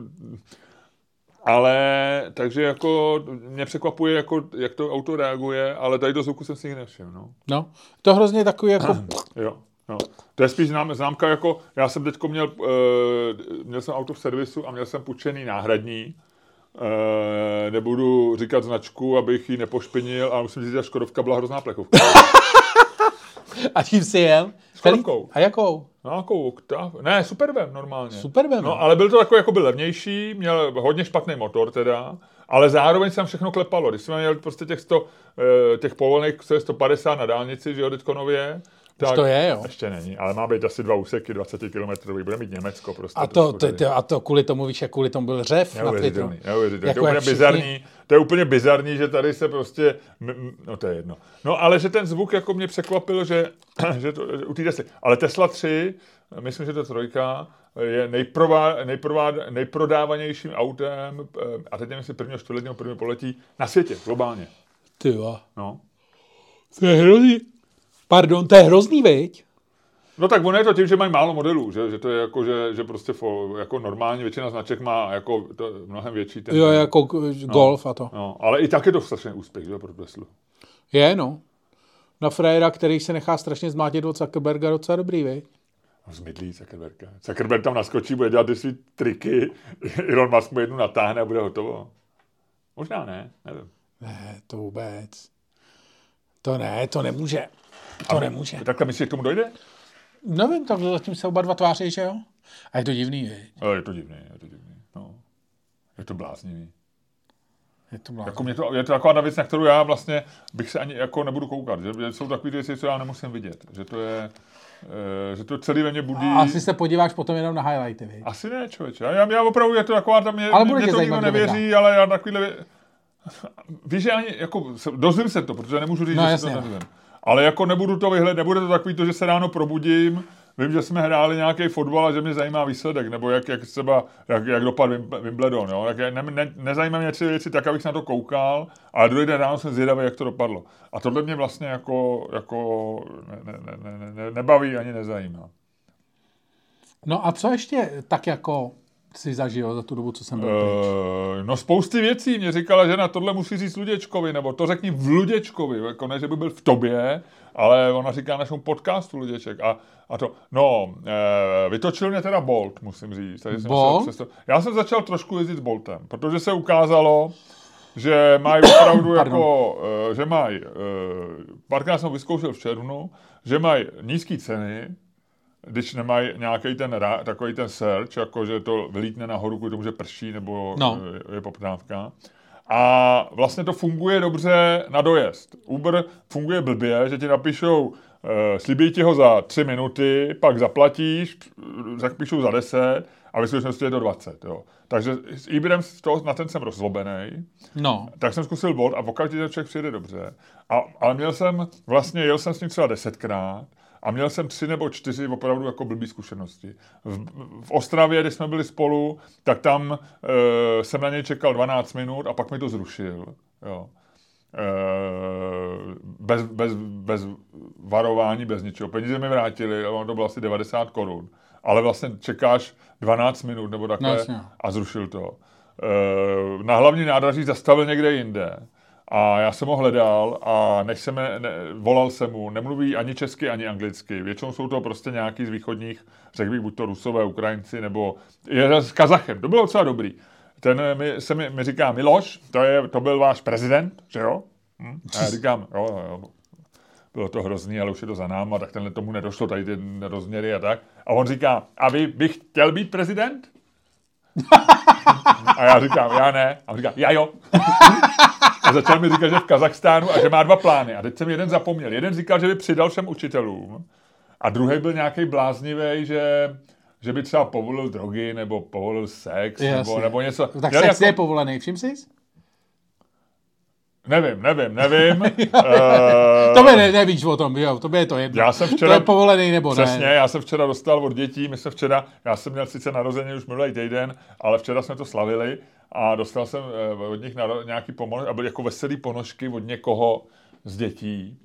Ale, takže jako mě překvapuje, jako, jak to auto reaguje, ale tady do zvuku jsem si jich nevšiml, no. No, to hrozně takový jako... jo, no. To je spíš znám, známka jako, já jsem teďko měl, uh, měl jsem auto v servisu a měl jsem půjčený náhradní, uh, nebudu říkat značku, abych ji nepošpinil, ale musím říct, že Škodovka byla hrozná plechovka. A čím jsi jel? Škodovkou. A jakou? No, jakou? Ta, ne, Superbem normálně. Superbem. No, ale byl to takový jako byl levnější, měl hodně špatný motor teda, ale zároveň jsem všechno klepalo. Když jsme měli prostě těch, sto, těch povolených sto padesát na dálnici, že jo, teďko nově, tak to je, jo. Ještě není, ale má být asi dva úseky dvacet kilometrů, bude mít Německo prostě. A to, to, to, a to kvůli tomu, víš, jak kvůli tomu byl řev na Twitteru. Neuvěřitelný, jako to je úplně všichni... bizarní, to je úplně bizarní, že tady se prostě, no to je jedno. No ale že ten zvuk jako mě překvapil, že, že to, u té Tesly, ale Tesla tři, myslím, že to trojka, je nejprová, nejprová, nejprodávanějším autem, a teď nevím, jestli prvního čtvrtletního prvního poletí na světě, globálně. Ty jo. No. To je hrozný. Pardon, to je hrozný, veď? No tak ono je to tím, že mají málo modelů, že, že to je jako, že, že prostě fo, jako normálně většina značek má jako to mnohem větší ten... Jo, jako Golf no, a to. No, ale i tak je to strašný úspěch, že, pro Teslu. Je, no. Na frajera, který se nechá strašně zmátit od Zuckerberga, docela dobrý, veď? No, zmidlý Zuckerberga. Zuckerberg tam naskočí, bude dělat ty svý triky, Elon Musk mu jednu natáhne a bude hotovo. Možná ne, nevím. Ne, to vůbec. To ne, to nemůže. To a nemůže. Takhle myslíš, že k tomu dojde? Nevím, tak zatím se oba dva tváří, že jo? A je to divný, veď? Ale je to divný, je to divný. No. Je to bláznivý. Je to bláznivý. Jako mě to, je to taková věc, na kterou já vlastně bych se ani jako nebudu koukat. Že jsou takové věci, co já nemusím vidět. Že to je... že to celý ve mně budí... A asi se podíváš potom jenom na highlighty, viď? Asi ne, člověče. Já, já opravdu, je to taková tam... Je, ale mě to nikdo nevěří, ale já takovýhle... Víš, že ani, jako, dozvím se to, protože nemůžu říct, no, že jasně. se to nedozvím. Ale jako nebudu to vyhledat, nebude to takový to, že se ráno probudím, vím, že jsme hráli nějaký fotbal a že mě zajímá výsledek, nebo jak, jak třeba, jak, jak dopadl Wimbledon, jo. Tak ne, ne, nezajímá mě tři věci tak, abych se na to koukal, ale druhý den ráno jsem zvědavý, jak to dopadlo. A tohle mě vlastně jako, jako ne, ne, ne, ne, nebaví ani nezajímá. No a co ještě tak jako si zažil za tu dobu, co jsem byl pryč? Uh, no spousty věcí. Mě říkala, že na tohle musí říct Luděčkovi, nebo to řekni v Luděčkovi, jako ne, že by byl v tobě, ale ona říká našemu podcastu Luděček. A, a to, no, uh, vytočil mě teda Bolt, musím říct. Tady jsem Bolt? přesto... Já jsem začal trošku jezdit s Boltem, protože se ukázalo, že mají opravdu jako, uh, že mají, uh, párkrát jsem vyzkoušel v červnu, že mají nízké ceny, když nemají nějaký ten takový ten search, jako že to vylítne nahoru, kvůli tomu, že prší, nebo no. je poptávka. A vlastně to funguje dobře na dojezd. Uber funguje blbě, že ti napíšou, uh, slíbí ti ho za tři minuty, pak zaplatíš, zapíšou za deset a ve skutečnosti je to dvacet. Jo. Takže s Uberem na ten jsem rozlobený. No. Tak jsem zkusil Bolt a okamžitě ten člověk přijede dobře. A, ale měl jsem, vlastně jel jsem s ním třeba desetkrát, a měl jsem tři nebo čtyři opravdu jako blbý zkušenosti. V, v Ostravě, když jsme byli spolu, tak tam e, jsem na něj čekal dvanáct minut a pak mi to zrušil. Jo. E, bez, bez, bez varování, bez ničeho. Peníze mi vrátili, ale to bylo asi devadesát korun. Ale vlastně čekáš dvanáct minut nebo takhle no, a zrušil to. E, na hlavní nádraží zastavil někde jinde. A já jsem ho hledal a než jsem ne, volal jsem mu, nemluví ani česky, ani anglicky. Většinou jsou to prostě nějaký z východních, řekl bych, buď to Rusové, Ukrajinci, nebo je s Kazachem. To bylo docela dobrý. Ten mi, se mi, mi říká, Miloš, to, je, to byl váš prezident, že jo? Hm? A já říkám, jo, jo, bylo to hrozný, ale už je to za náma, tak tenhle tomu nedošlo, tady ty rozměry a tak. A on říká, a vy bych chtěl být prezident? A já říkám, já ne. A on říká, já jo. A začal mi říkat, že v Kazachstánu a že má dva plány. A teď jsem jeden zapomněl. Jeden říkal, že by přidal všem učitelům. A druhý byl nějaký bláznivý, že, že by třeba povolil drogy, nebo povolil sex, nebo, nebo něco. Tak sex jako... je povolený, všim jsi? Nevím, nevím, nevím. uh, to by ne, nevíš o tom, jo, to by je to jedno. Já jsem včera, to je povolený nebo přesně, ne. Přesně, já jsem včera dostal od dětí, my jsme včera, já jsem měl sice narozený už minulý týden, ale včera jsme to slavili a dostal jsem od nich naro, nějaký pomoc, a byly jako veselý ponožky od někoho z dětí,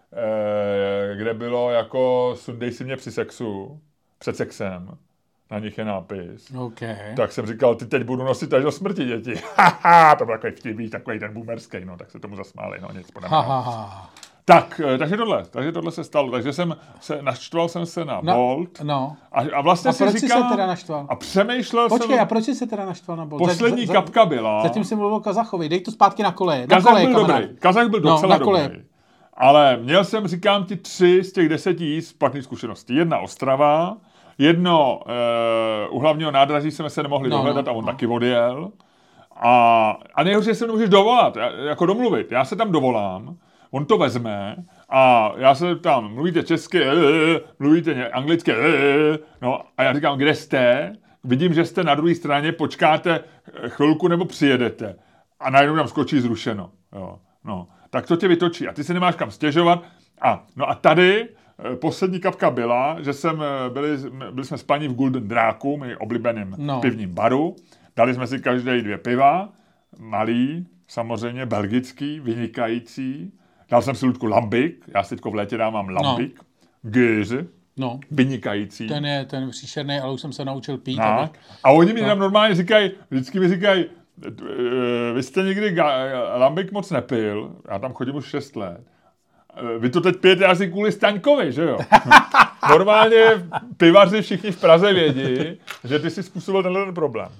eh, kde bylo jako sundej si mě při sexu, před sexem. Na nich je nápis. Okay. Tak jsem říkal, ty teď budu nosit až do smrti, děti. Haha, to byl takový vtipný, takový ten boomerský, no, tak se tomu zasmáli, no, nic podobného. Tak, takže tohle, takže tohle se stalo, takže jsem se, naštval jsem se na no, Bolt. No. A, a vlastně a si proč říkám, jsi se teda naštval? A přemýšlel Počkej, jsem... Počkej, a proč jsi se teda naštval na Bolt? Poslední za, kapka byla... Zatím jsem mluvil o Kazachovi, dej to zpátky na koleje. Na Kazach koleje, byl kamarád. dobrý, Kazach byl docela no, dobrý. Ale měl jsem, říkám ti, tři z těch deseti jízd špatných zkušeností. Jedna Ostrava, jedno uh, u hlavního nádraží jsme se nemohli no, dohledat no, a on no. taky odjel. A, a nejhorší, že se nemůžeš dovolat, jako domluvit. Já se tam dovolám, on to vezme a já se tam, mluvíte česky, mluvíte anglicky, no a já říkám, kde jste? Vidím, že jste na druhé straně, počkáte chvilku nebo přijedete. A najednou tam skočí zrušeno. Jo, no. Tak to tě vytočí a ty si nemáš kam stěžovat. A, no a tady poslední kapka byla, že jsem, byli, byli jsme s paní v Golden Dráku, mým oblíbeným no. pivním baru. Dali jsme si každý dvě piva, malý, samozřejmě belgický, vynikající. Dal jsem si ludku Lambik, já si teďko v létě dávám Lambik, no. Gőze, no. vynikající. Ten je ten příšerný, ale už jsem se naučil pít. No. Abych... A oni mi no. tam normálně říkají, vždycky mi říkají, vy jste nikdy Lambik moc nepil, já tam chodím už šest let. Vy to teď pijete asi kvůli Staňkovi, že jo? Normálně pivaři všichni v Praze vědí, že ty jsi způsobil tenhle problém.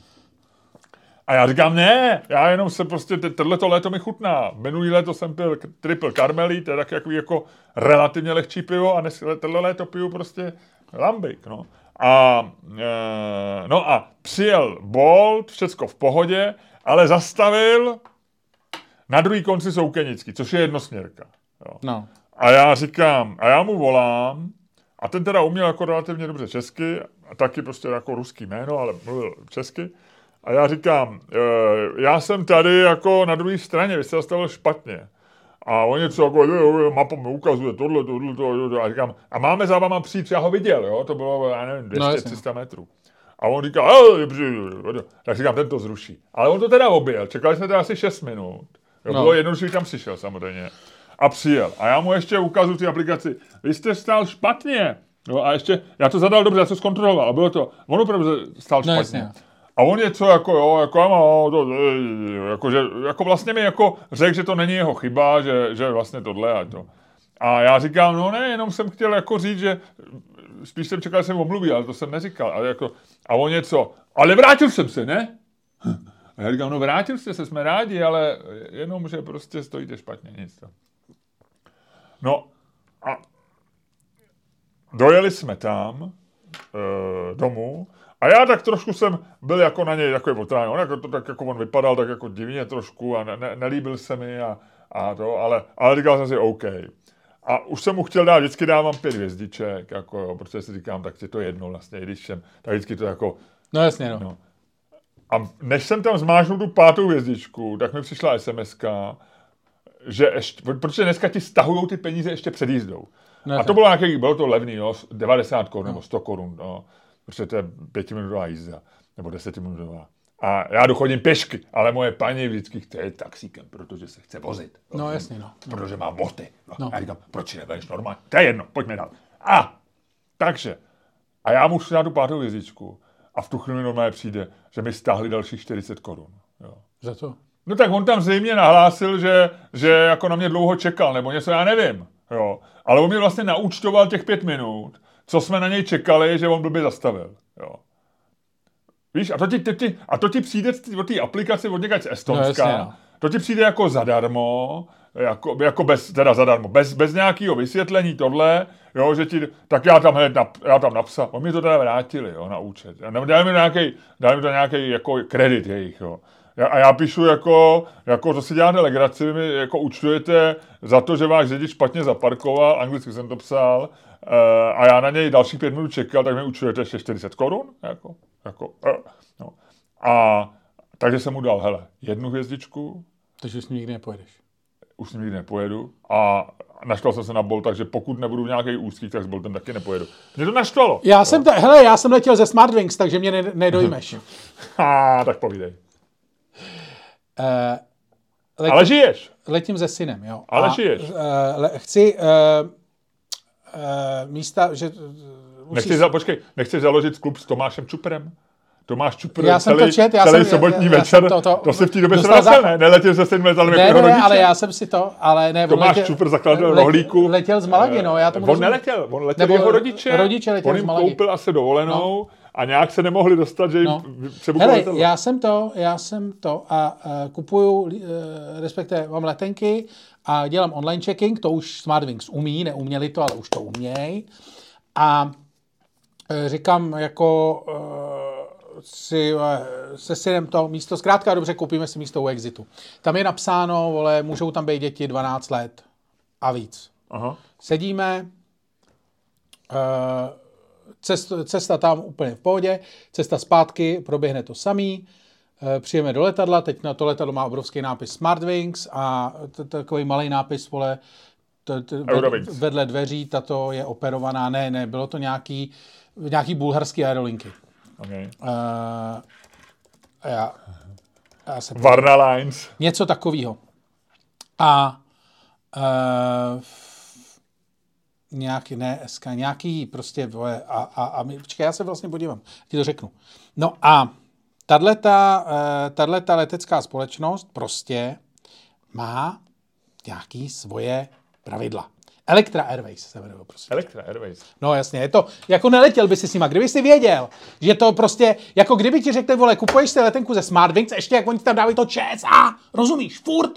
A já říkám, ne, já jenom se prostě, tohleto léto mi chutná. Minulý léto jsem pil Triple Carmelí, to je tak jako, jako relativně lehčí pivo a dnes, tohle léto piju prostě Lambik, no. A, e, no a přijel Bolt, všecko v pohodě, ale zastavil na druhý konci Soukenický, což je jednosměrka. Jo. No. A já říkám, a já mu volám, a ten teda uměl jako relativně dobře česky, a taky prostě jako ruský jméno, ale mluvil česky. A já říkám, e, já jsem tady jako na druhé straně, vy jste zastavil špatně. A on něco jako, mapa mi ukazuje tohle, tohle, tohle, a říkám, a máme za váma přijít, já ho viděl, jo, to bylo, já nevím, dvě stě tři sta metrů. A on říká, tak říkám, ten to zruší. Ale on to teda objel, čekali jsme teda asi šest minut. Jo, no. Bylo jednodušší, že tam přišel samozřejmě. A přijel. A já mu ještě ukazuju ty aplikaci. Vy jste stál špatně. No a ještě, já to zadal dobře, já to zkontroloval. A bylo to, on opravdu stál špatně. No, jasně. A on něco jako, jo, jako, no, to, jako, že, jako vlastně mi jako řekl, že to není jeho chyba, že, že vlastně tohle a to. A já říkám, no ne, jenom jsem chtěl jako říct, že spíš jsem čekal, že jsem omluví, ale to jsem neříkal. A, jako, a on něco, ale vrátil jsem se, ne? A já říkám, no vrátil jste se, jsme rádi, ale jenom, že prostě stojíte špatně, nic to. No a dojeli jsme tam e, domů a já tak trošku jsem byl jako na něj takový otráň. On jako, to, tak jako on vypadal tak jako divně trošku a ne, ne, nelíbil se mi a, a to, ale, ale říkal jsem si OK. A už jsem mu chtěl dát, vždycky dávám pět hvězdiček, jako jo, protože si říkám, tak je to jedno vlastně, když jsem, tak vždycky to jako... No jasně, no. no. A než jsem tam zmášnul tu pátou hvězdičku, tak mi přišla SMSka, že ještě, protože dneska ti stahujou ty peníze ještě před jízdou. No, a to bylo nějaký, bylo to levný, jo, devadesát korun no. nebo sto korun, no, protože to je pětiminutová jízda, nebo desetiminutová. A já dochodím pěšky, ale moje paní vždycky chce jít taxíkem, protože se chce vozit. No jasně, no. Protože má boty. No. No. A já říkám, proč nebudeš normálně? To je jedno, pojďme dál. A, takže, a já mu šli na tu pátou hvězdičku a v tu chvíli normálně přijde, že mi stáhli dalších čtyřicet korun. Jo. Za to? No tak on tam zřejmě nahlásil, že, že jako na mě dlouho čekal, nebo něco, já nevím. Jo. Ale on mě vlastně naúčtoval těch pět minut, co jsme na něj čekali, že on blbě zastavil. Jo. Víš, a to ti, ti, a to ti přijde od té aplikace od někač z Estonska, no, jasně, no. To ti přijde jako zadarmo, jako, jako bez, teda zadarmo, bez, bez nějakého vysvětlení tohle, jo, že ti, tak já tam hned nap, já tam napsal, oni mi to teda vrátili, jo, na účet. Dali mi nějaký, dali mi to nějaký jako kredit jejich, jo. A já píšu jako, jako to si děláte legraci, vy mi jako účtujete za to, že váš řidič špatně zaparkoval, anglicky jsem to psal, uh, a já na něj dalších pět minut čekal, tak mi účtujete ještě čtyřicet korun, jako, jako, uh, no. A takže jsem mu dal, hele, jednu hvězdičku. Takže už nikdy nepojedeš. už s ním nikdy nepojedu a naštval jsem se na Bolt, takže pokud nebudu v nějaký úzký, tak s Boltem taky nepojedu. Mě to naštvalo. Já jsem, ta, hele, já jsem letěl ze Smartwings, takže mě ne, nedojmeš. Ha, tak povídej. Uh, letím, Ale žiješ. Letím se synem, jo. Ale a, žiješ. Uh, le, chci uh, uh, místa, že... Uh, Nechci, za, počkej, nechci založit klub s Tomášem Čuprem? Tomáš Čupr, já jsem celý, to čet, já celý jsem, sobotní já, já večer, to, to, to se v té době se za... vracel, ne? Neletěl se s tím letadlem ne, jako ne, rodiče. ale já jsem si to, ale ne. Tomáš letěl, Čupr zakladatel le, rohlíku. Letěl z Malagy, no, já tomu On rozumím. neletěl, on letěl Nebo jeho rodiče, rodiče letěl on z jim Malagy. koupil asi dovolenou no. a nějak se nemohli dostat, že jim no. přebukovali Hele, letadlo. já jsem to, já jsem to a uh, kupuju, uh, respektive mám letenky a dělám online checking, to už Smartwings umí, neuměli to, ale už to umějí. A uh, říkám jako... Uh, si se synem to místo, zkrátka dobře, koupíme si místo u Exitu. Tam je napsáno, vole, můžou tam být děti dvanáct let a víc. Aha. Sedíme, cest, cesta tam úplně v pohodě, cesta zpátky, proběhne to samý, přijeme do letadla, teď na to letadlo má obrovský nápis Smartwings a takový malý nápis, vole, vedle dveří, tato je operovaná, ne, ne, bylo to nějaký, nějaký bulharský aerolinky. Okay. Uh, já, já se Varna Lines. Něco takového. A uh, nějaký, ne, S K, nějaký prostě, vole, a, a, a my, počkej, já se vlastně podívám, ti to řeknu. No a tato, uh, tato letecká společnost prostě má nějaký svoje pravidla. Electra Airways se jmenuje, prostě. Electra Airways. No jasně, je to, jako neletěl by si s nima, kdyby si věděl, že to prostě, jako kdyby ti řekli, vole, kupuješ si letenku ze Smartwings, ještě jak oni tam dávají to ČSA, rozumíš, furt.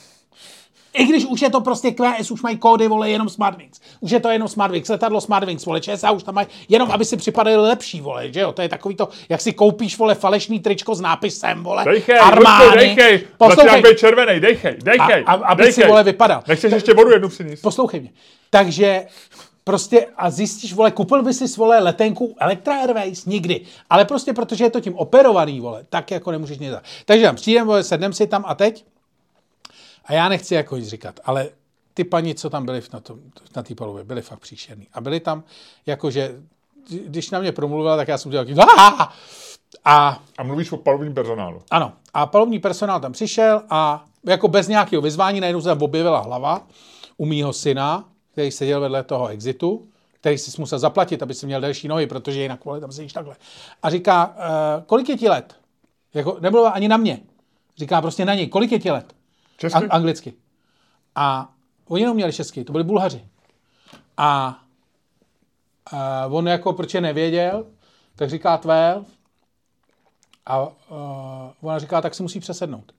I když už je to prostě Q S, už mají kódy, vole, jenom Smartwings. Už je to jenom Smartwings, letadlo Smartwings, vole, ČSA už tam mají, jenom aby si připadali lepší, vole, že jo, to je takový to, jak si koupíš, vole, falešný tričko s nápisem, vole, dejchej, Armány. Ludku, dejchej, poslouchej. Být červenej, dejchej, dejchej, a, a, aby dejchej. si, vole, vypadal. Nechceš ještě vodu jednu přinést? Poslouchej mě. Takže prostě a zjistíš, vole, koupil by si, vole, letenku Electra Airways? Nikdy. Ale prostě protože je to tím operovaný, vole, tak jako nemůžeš nic dát. Takže tam přijdem, vole, sednem si tam a teď. A já nechci jako nic říkat, ale ty paní, co tam byly na té na palubě, byly fakt příšerný. A byly tam, jakože, když na mě promluvila, tak já jsem dělal takový a A mluvíš o palubním personálu. Ano. A palubní personál tam přišel a jako bez nějakého vyzvání najednou se tam objevila hlava u mýho syna, který seděl vedle toho Exitu, který si musel zaplatit, aby si měl delší nohy, protože jinak, vole, tam sedíš takhle. A říká, e, kolik je ti let? Jako, nebylo ani na mě. Říká prostě na něj, kolik je ti let? Česky? An- anglicky. A oni jenom měli česky, to byli Bulhaři. A, a on jako, proč je nevěděl, tak říká twelve. A uh, ona říká, tak si musí přesednout.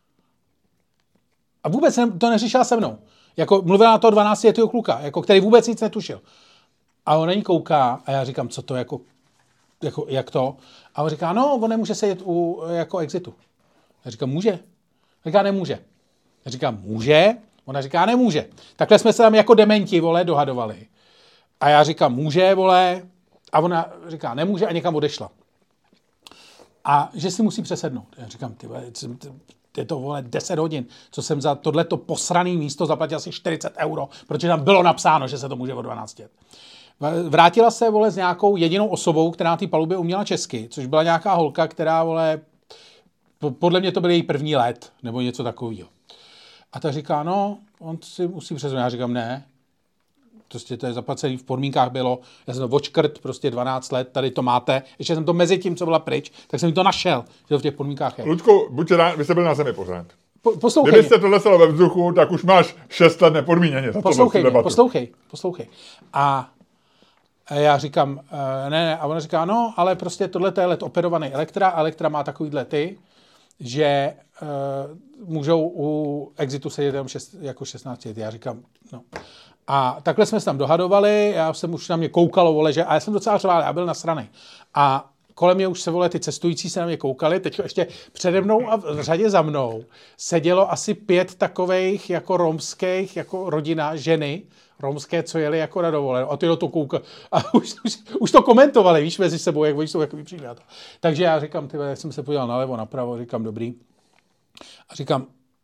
A vůbec ne, to neřešila se mnou. Jako mluvila na toho dvanáctiletého kluka, jako, který vůbec nic netušil. A on na ní kouká a já říkám, co to jako, jako, jak to? A on říká, no, on nemůže sedět u jako Exitu. Já říkám, může. Říká, nemůže. Já říkám, může? Ona říká, nemůže. Takhle jsme se tam jako dementi, vole, dohadovali. A já říkám, může, vole. A ona říká, nemůže a někam odešla. A že si musí přesednout. Já říkám, ty vole, je to, vole, deset hodin, co jsem za tohleto posraný místo zaplatil asi čtyřicet euro, protože tam bylo napsáno, že se to může od dvanácti let. Vrátila se, vole, s nějakou jedinou osobou, která na té palubě uměla česky, což byla nějaká holka, která, vole, podle mě to byl její první let, nebo něco takového. A ta říká, no, on si musí přesednout. Já říkám, ne, prostě to je zaplacený, v podmínkách bylo, já jsem to odškrt, prostě dvanáct let, tady to máte, ještě jsem to mezi tím, co byla pryč, tak jsem to našel, že to v těch podmínkách je. Luďku, buď rád, vy jste byl na zemi pořád. Po, poslouchej. Kdybyste tohle stalo ve vzduchu, tak už máš šest let nepodmíněně. Poslouchej, mě, poslouchej, poslouchej. A já říkám, ne, ne, a ona říká, no, ale prostě tohle je let operovaný Elektra, Elektra má takovýhle ty, že uh, můžou u Exitu sedět jenom šest, jako šestnáct let. Já říkám, no. A takhle jsme se tam dohadovali, já jsem už na mě koukalo, vole, že, a já jsem docela řval, já byl nasranej. A kolem mě už se, vole, ty cestující se na mě koukali, teď ještě přede mnou a v řadě za mnou sedělo asi pět takovejch jako romských, jako rodina, ženy, romské, co jeli jako na dovolenou. A ty do to koukali. A už, už, už to komentovali, víš, mezi sebou, jak oni jsou jako vypříklad. Takže já říkám, ty, jak jsem se podíval nalevo, napravo, říkám, dobrý. A říkám,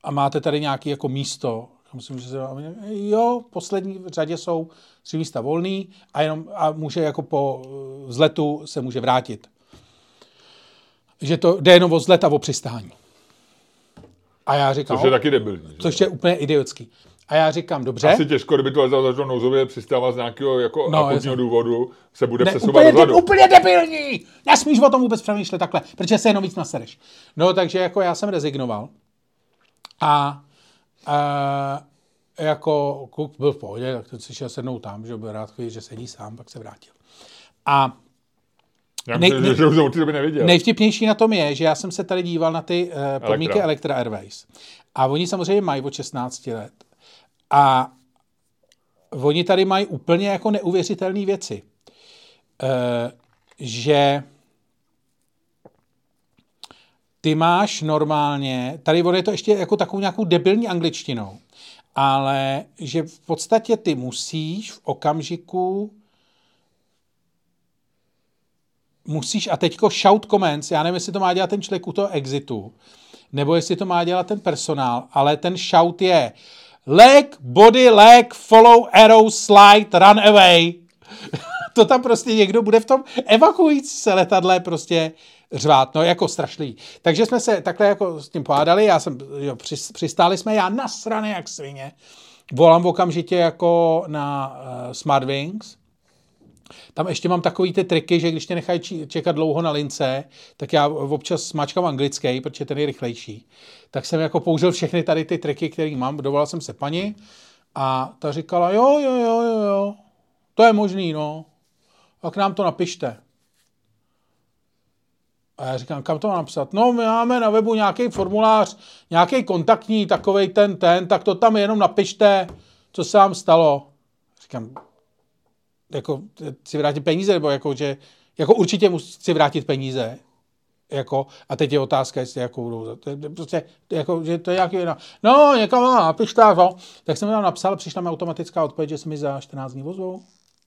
a máte tady nějaké jako místo. Myslím, že se, jo, v poslední řadě jsou tři místa volný a, jenom, a může jako po vzletu se může vrátit. Že to jde jenom o vzlet a o přistání. A já říkám... Což je taky debilní. Což je úplně idiotský. A já říkám, dobře. Asi těžko, kdyby to letadlo začalo nouzově přistávat z nějakého jako no, akutního důvodu, se bude ne, přesouvat úplně, dozadu. De, úplně debilní! Nesmíš o tom vůbec přemýšlet takhle, protože se jenom víc nasereš. No, takže jako já jsem rezignoval. A... a jako kluk byl v pohodě, tak to si šel sednout tam, že byl rád, že sedí sám, pak se vrátil. A já myslím, nej, že už to by neviděl. Nejvtipnější na tom je, že já jsem se tady díval na ty uh, podmínky Electra Airways. A oni samozřejmě mají od šestnácti let. A oni tady mají úplně jako neuvěřitelné věci. Uh, že ty máš normálně, tady on je to ještě jako takovou nějakou debilní angličtinou, ale že v podstatě ty musíš v okamžiku musíš, a teďko shout comments, já nevím, jestli to má dělat ten člověk u toho exitu, nebo jestli to má dělat ten personál, ale ten shout je leg, body, leg, follow, arrow, slide, run away. To tam prostě někdo bude v tom evakuující se letadle prostě řvát, no jako strašlivý. Takže jsme se takhle jako s tím pohádali, já jsem, jo, přistáli jsme, já nasraný jak svině, volám okamžitě jako na uh, Smartwings. Tam ještě mám takový ty triky, že když tě nechají čekat dlouho na lince, tak já občas máčkám anglický, protože ten je rychlejší. Tak jsem jako použil všechny tady ty triky, které mám, dovolal jsem se paní a ta říkala, jo, jo, jo, jo, jo, to je možný, no, tak nám to napište. A já říkám, kam to mám napsat? No, my máme na webu nějaký formulář, nějaký kontaktní, takovej ten, ten, tak to tam jenom napište, co se vám stalo. Říkám, jako, chci vrátit peníze, nebo jako, že, jako určitě musí vrátit peníze. Jako, a teď je otázka, jestli jako, to je, prostě, jako, že to je nějaký, no, no někam napište, no. Tak jsem tam napsal, přišla mi automatická odpověď, že se mi za čtrnáct dní ozvou.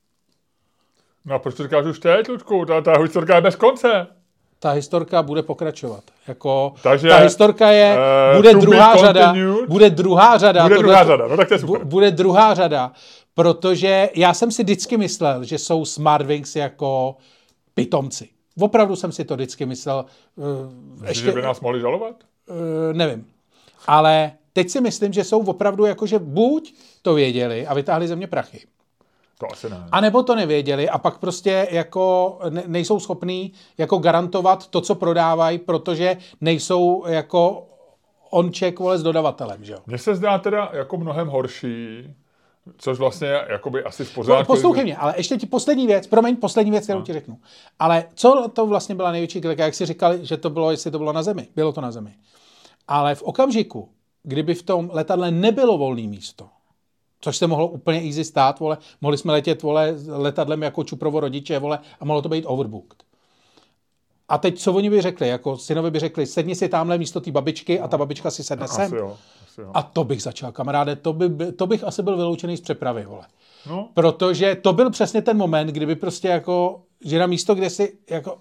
No a proč to říkáš už teď, Luďku? Ta, ta historka je bez konce. Ta historka bude pokračovat. Jako, Takže, ta historka je, uh, bude druhá řada, bude druhá řada. Bude tohle, druhá řada, no tak to je super. Bude druhá řada, protože já jsem si vždycky myslel, že jsou Smartwings jako pitomci. Opravdu jsem si to vždycky myslel. Uh, Myslíš, ještě, že by nás mohli žalovat? Uh, nevím. Ale teď si myslím, že jsou opravdu jako, že buď to věděli a vytáhli ze mě prachy. To asi ne. A nebo to nevěděli a pak prostě jako ne, nejsou schopní jako garantovat to, co prodávají, protože nejsou jako on-check, vole, s dodavatelem, že jo? Mně se zdá teda jako mnohem horší, což vlastně jakoby asi v pořádku. Poslouchej mě, ale ještě ti poslední věc, promiň, poslední věc, kterou no. ti řeknu. Ale co to vlastně byla největší klika, jak si říkali, že to bylo, jestli to bylo na zemi. Bylo to na zemi. Ale v okamžiku, kdyby v tom letadle nebylo volné místo, což se mohlo úplně easy stát, vole, mohli jsme letět, vole, letadlem jako Čuprovo rodiče, vole, a mohlo to být overbooked. A teď, co oni by řekli, jako synovi by řekli, sedni si tamhle místo té babičky a ta babička si sedne sem. Jo, asi jo. A to bych začal, kamaráde, to, by, to bych asi byl vyloučený z přepravy, vole. No. Protože to byl přesně ten moment, kdyby prostě jako, že na místo, kde si jako,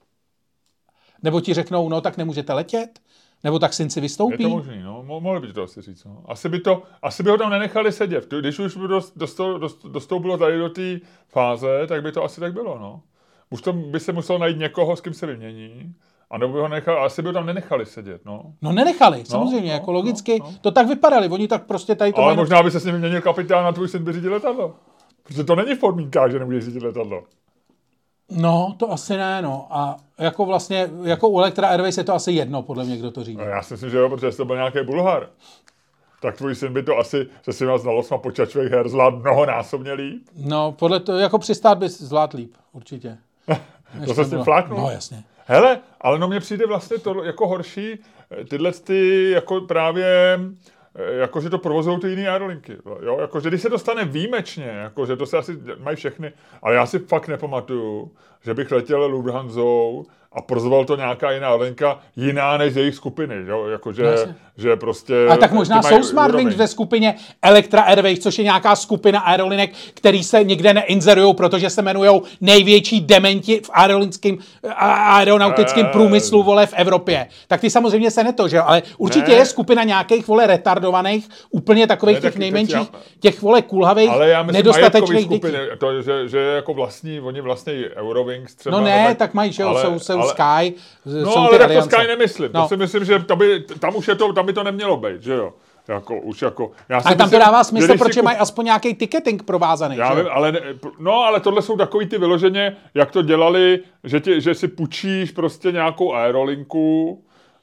nebo ti řeknou, no tak nemůžete letět, nebo tak syn si vystoupí. Je to možný, no. Mohli by to asi říct. No. Asi, by to, asi by ho tam nenechali sedět. Když už by dostoupilo tady do té fáze, tak by to asi tak bylo, no. Už to by se muselo najít někoho, s kým se vymění, a nebo by ho nechali, asi by ho tam nenechali sedět, no. No nenechali, samozřejmě, no, jako no, logicky, no, no. To tak vypadali, oni tak prostě tady to Ale mají... možná by se s ním vyměnil kapitán a tvůj syn by řídil letadlo. Protože to není v podmínkách, že nemůžeš řídit letadlo. No, to asi ne, no. A jako vlastně, jako u Electra Airways je to asi jedno, podle mě, kdo to řídí. No, já si myslím, že jo, protože to byl nějaký Bulhar. Tak tvůj syn by to asi se svýma znalostma počítačových her zvládl mnohonásobně líp. No, podle toho, jako přistát by zvládl líp, určitě. To se s tím fláknul? No, jasně. Hele, ale no mně přijde vlastně to jako horší, tyhle ty jako právě, jako že to provozují ty jiné aerolinky. Jo? Jako, že když se to stane výjimečně, jako, že to se asi mají všechny, ale já si fakt nepamatuju, že bych letěl Lufthansou a prozval to nějaká jiná linka, jiná než z jejich skupiny, jo? Jako, že, no, že prostě... A tak možná jsou Smartwings ve skupině Electra Airways, což je nějaká skupina aerolinek, který se nikde neinzerujou, protože se jmenujou největší dementi v aerolinském, aeronautickém průmyslu, vole, v Evropě. Tak ty samozřejmě se neto, že jo, ale určitě ne. Je skupina nějakých, vole, retardovaných, úplně takových ne, těch tak, nejmenších, já, těch, vole, kulhavých, nedostatečných dětí. To, že, že jako vlastní, oni vlastně Eurowings třeba... No ne, tak, tak mají, že jo, ale, jsou, jsou ale, Sky, no, jsou ale ty tak aliance. to Sky nemyslím. No. To si myslím, že tam, by, tam už je to, tam by to nemělo být, že jo. Jako, už jako, já ale tam myslím, to dává smysl, proč kup... mají aspoň nějaký ticketing provázaný. Já vím, ale, ne, no, ale tohle jsou takový ty vyloženě, jak to dělali, že, tě, že si půjčíš prostě nějakou aerolinku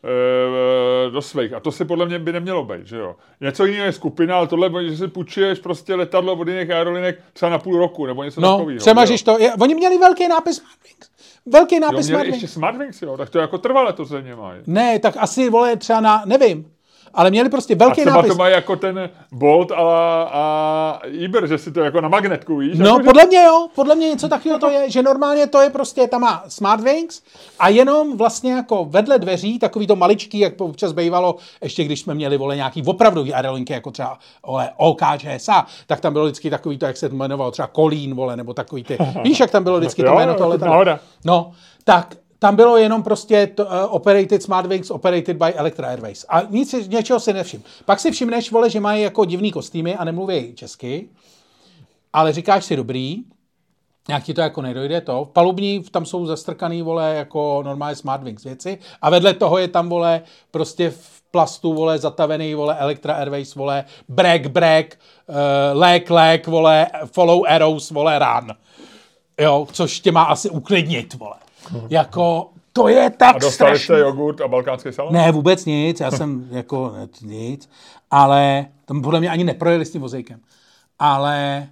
e, do svých. A to si podle mě by nemělo být, že jo. Něco jiného je skupina, ale tohle, že si půjčuješ prostě letadlo od jiných aerolinek třeba na půl roku, nebo něco no, takového. Přemažíš to. Je, oni měli velký nápis Smartwings. Velký nápis jo, měli Smartwings. ještě Smartwings, jo, tak to jako trvale to země mají. Ne, tak asi, vole, třeba na, nevím. Ale měli prostě velký a třeba nápis. To mají jako ten Bolt a, a Uber, že si to jako na magnetku, víš? No, jako, podle že... mě jo, podle mě něco takového to je, že normálně to je prostě, tam má Smartwings a jenom vlastně jako vedle dveří, takový to maličký, jak občas bývalo, ještě když jsme měli, vole, nějaký opravdový aerolinky, jako třeba, vole, O K Č S A, tak tam bylo vždycky takový to, jak se to jmenovalo, třeba Kolín, vole, nebo takový ty, víš, jak tam bylo vždycky to jméno tohle. No, tak tam bylo jenom prostě to, uh, operated Smartwings, operated by Electra Airways. A nic, něčeho si nevšim. Pak si všimneš, vole, že mají jako divný kostýmy a nemluví česky, ale říkáš si dobrý, nějak ti to jako nedojde to. Palubní, tam jsou zastrkaný, vole, jako normálně Smartwings věci a vedle toho je tam, vole, prostě v plastu, vole, zatavený, vole, Electra Airways, vole, break, break, uh, leg, leg, vole, follow arrows, vole, run. Jo, což tě má asi uklidnit, vole. Jako, to je tak a dostali strašný. jste jogurt a balkánský salát? Ne, vůbec nic, já jsem jako nic, ale tam podle mě ani neprojeli s tím vozejkem. Ale...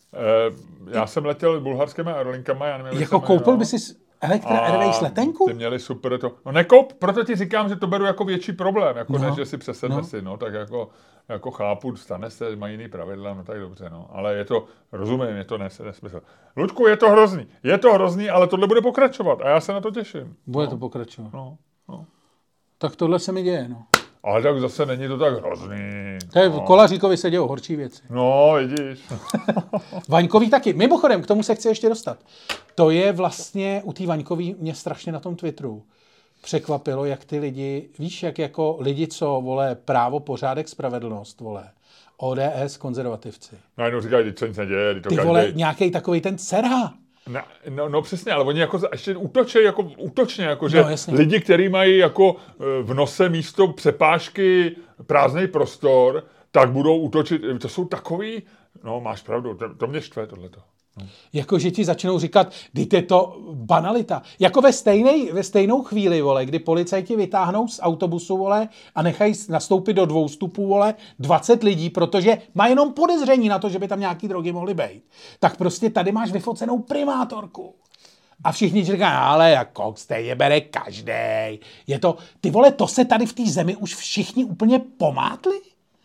E, já jsem letěl bulharskými aerolinkama, já neměl jako jsem, koupil no. by si Electra Airways letenku? Ty měli super to. No nekoup, proto ti říkám, že to beru jako větší problém, jako no. než že si přesedne no. si, no, tak jako, jako chápu, stane se, mají jiný pravidla, no tak dobře, no, ale je to, rozumím, je to nesmysl. Ludku, je to hrozný, je to hrozný, ale tohle bude pokračovat a já se na to těším. Bude no. to pokračovat. No, no. Tak tohle se mi děje, no. Ale tak zase není to tak hrozný. To je, no. Kolaříkovi se dějou horší věci. No, vidíš. Vaňkový taky. Mimochodem, k tomu se chci ještě dostat. To je vlastně, u té Vaňkový mě strašně na tom Twitteru překvapilo, jak ty lidi, víš, jak jako lidi, co, vole, právo, pořádek, spravedlnost, vole, O D S, konzervativci. No, jenom říkají, co nic neděje. To ty každý... vole, nějakej takovej ten dcerha. No, no, no přesně, ale oni jako ještě útočí jako útočně, jako že no, lidi, kteří mají jako v nose místo přepážky prázdný prostor, tak budou útočit, to jsou takový, no máš pravdu, to, to mě štve tohleto. No. Jako, že ti začnou říkat, dejte je to banalita. Jako ve, stejnej, ve stejnou chvíli, vole, kdy policajti vytáhnou z autobusu, vole, a nechají nastoupit do dvou stupů, vole, dvacet lidí, protože má jenom podezření na to, že by tam nějaký drogy mohly být. Tak prostě tady máš vyfocenou primátorku. A všichni říkají, ale jako stejně bere každej. Je to, ty vole, to se tady v té zemi už všichni úplně pomátli?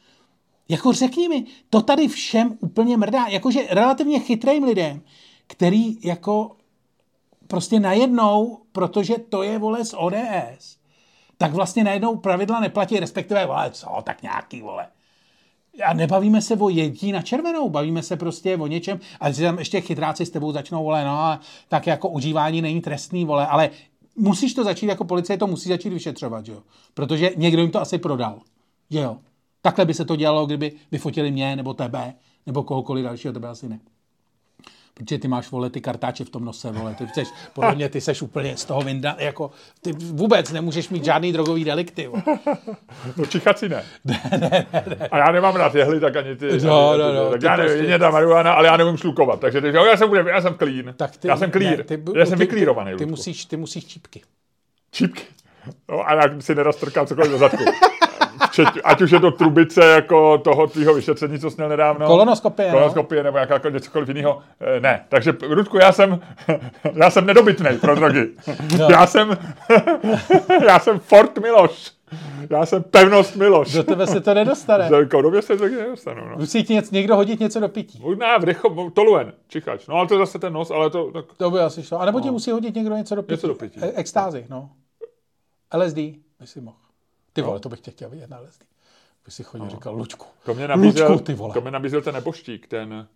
Jako řekni mi, to tady všem úplně mrdá. Jakože relativně chytrým lidem, který jako prostě najednou, protože to je, vole, z O D S, tak vlastně najednou pravidla neplatí, respektive, vole, co, tak nějaký, vole. A nebavíme se o jedí na červenou, bavíme se prostě o něčem, a když tam ještě chytráci s tebou začnou, vole, no, tak jako užívání není trestný, vole, ale musíš to začít, jako policie to musí začít vyšetřovat, jo, protože někdo jim to asi prodal, že jo. Takhle by se to dělalo, kdyby vyfotili mě, nebo tebe, nebo kohokoliv dalšího, tebe asi ne. Protože ty máš, vole, ty kartáče v tom nose, vole, ty chceš, podle mě ty seš úplně z toho vynda, jako, ty vůbec nemůžeš mít žádný drogový delikty, vole. No čichaci ne. ne, ne, ne, ne. A já nemám rád jehly, tak ani ty. No, ani, no, no, tak ty já nevím, prostě... jině ta marihuana, ale já nevím šlukovat, takže ty, jo, já jsem, já jsem clean. Tak ty, já jsem clear, ne, ty, já jsem ty, vyklírovaný. Ty, ty, musíš, ty musíš čípky. Čípky? No a já si neroztrkám cokoliv do zadku. Ať už je to trubice jako toho tvýho vyšetření, co jsi měl nedávno. Kolonoskopie, Kolonoskopie, no. Nebo jakákoliv cokoliv jiného. Ne, takže Rudku, já jsem, já jsem nedobytnej pro drogy. No. Já jsem, já jsem Fort Miloš. Já jsem pevnost Miloš. Do tebe se to nedostane. Do době se to taky nedostanu. No. Musí ti něco, někdo hodit něco do pití. Možná vdecho, toluen, čichač. No ale to je zase ten nos, ale to... Tak... To by asi šlo. A nebo ti musí hodit někdo něco do pití. Něco do pití. E- extázy, no. L S D by si mohl. Ty vole, to bych tě chtěl vidět na L S D. By si chodil, no. Říkal, Lučku. To mě nabízel, Lučku, ty vole. To mě nabízel ten neboštík, ten...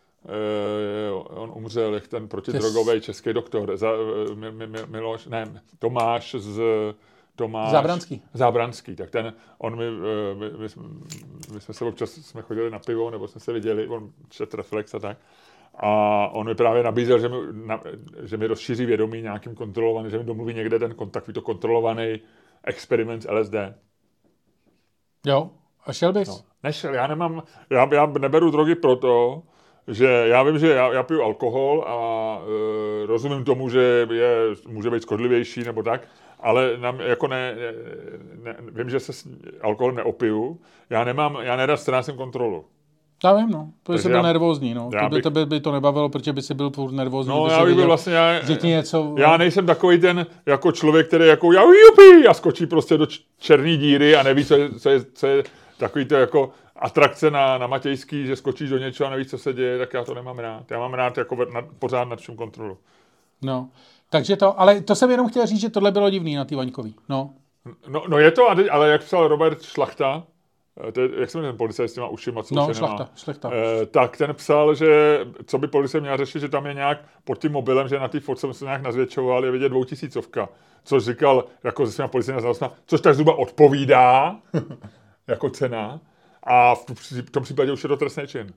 Uh, on umřel, jak ten protidrogový český doktor. Za, uh, mi, mi, Miloš, ne, Tomáš z... Tomáš Zábranský. Zábranský, tak ten, on mi, my, my, my jsme se občas, jsme chodili na pivo, nebo jsme se viděli, on čet Reflex a tak. A on mi právě nabízel, že mi, na, že mi rozšíří vědomí nějakým kontrolovaným, že mi domluví někde ten kontakt, to kontrolovaný experiment s L S D. Jo, a šel bys? No, nešel, já nemám, já, já neberu drogy proto, že já vím, že já, já piju alkohol a e, rozumím tomu, že je, může být škodlivější nebo tak, ale nám, jako ne, ne, vím, že se alkohol neopiju, já nemám, já nerad ztrácím kontrolu. Já vím, no. To jsi byl já, nervózní, no. Tebe bych, by, by to nebavilo, protože by si byl furt nervózní. No, by já bych viděl, byl vlastně, já, něco, já nejsem takový ten jako člověk, který jako já jupi, a skočí prostě do černé díry a neví, co je, co je, co je takový to jako atrakce na, na Matějský, že skočíš do něčeho a nevíš, co se děje, tak já to nemám rád. Já mám rád jako nad, pořád nad všem kontrolu. No, takže to, ale to jsem jenom chtěl říct, že tohle bylo divný na té Vaňkový, no. No, no je to, ale jak psal Robert Šlachta, to je, jak se jmenuje ten policajt s těma ušima, co no, už je šlachta, šlachta. Eh, tak ten psal, že co by policie měla řešit, že tam je nějak pod tím mobilem, že na té fotce se nějak nazvětšoval, je vidět dvoutisícovka. Což říkal, jako se svýma policejníma znalostma, což tak zhruba odpovídá jako cena. A v tom případě už je to trestný čin.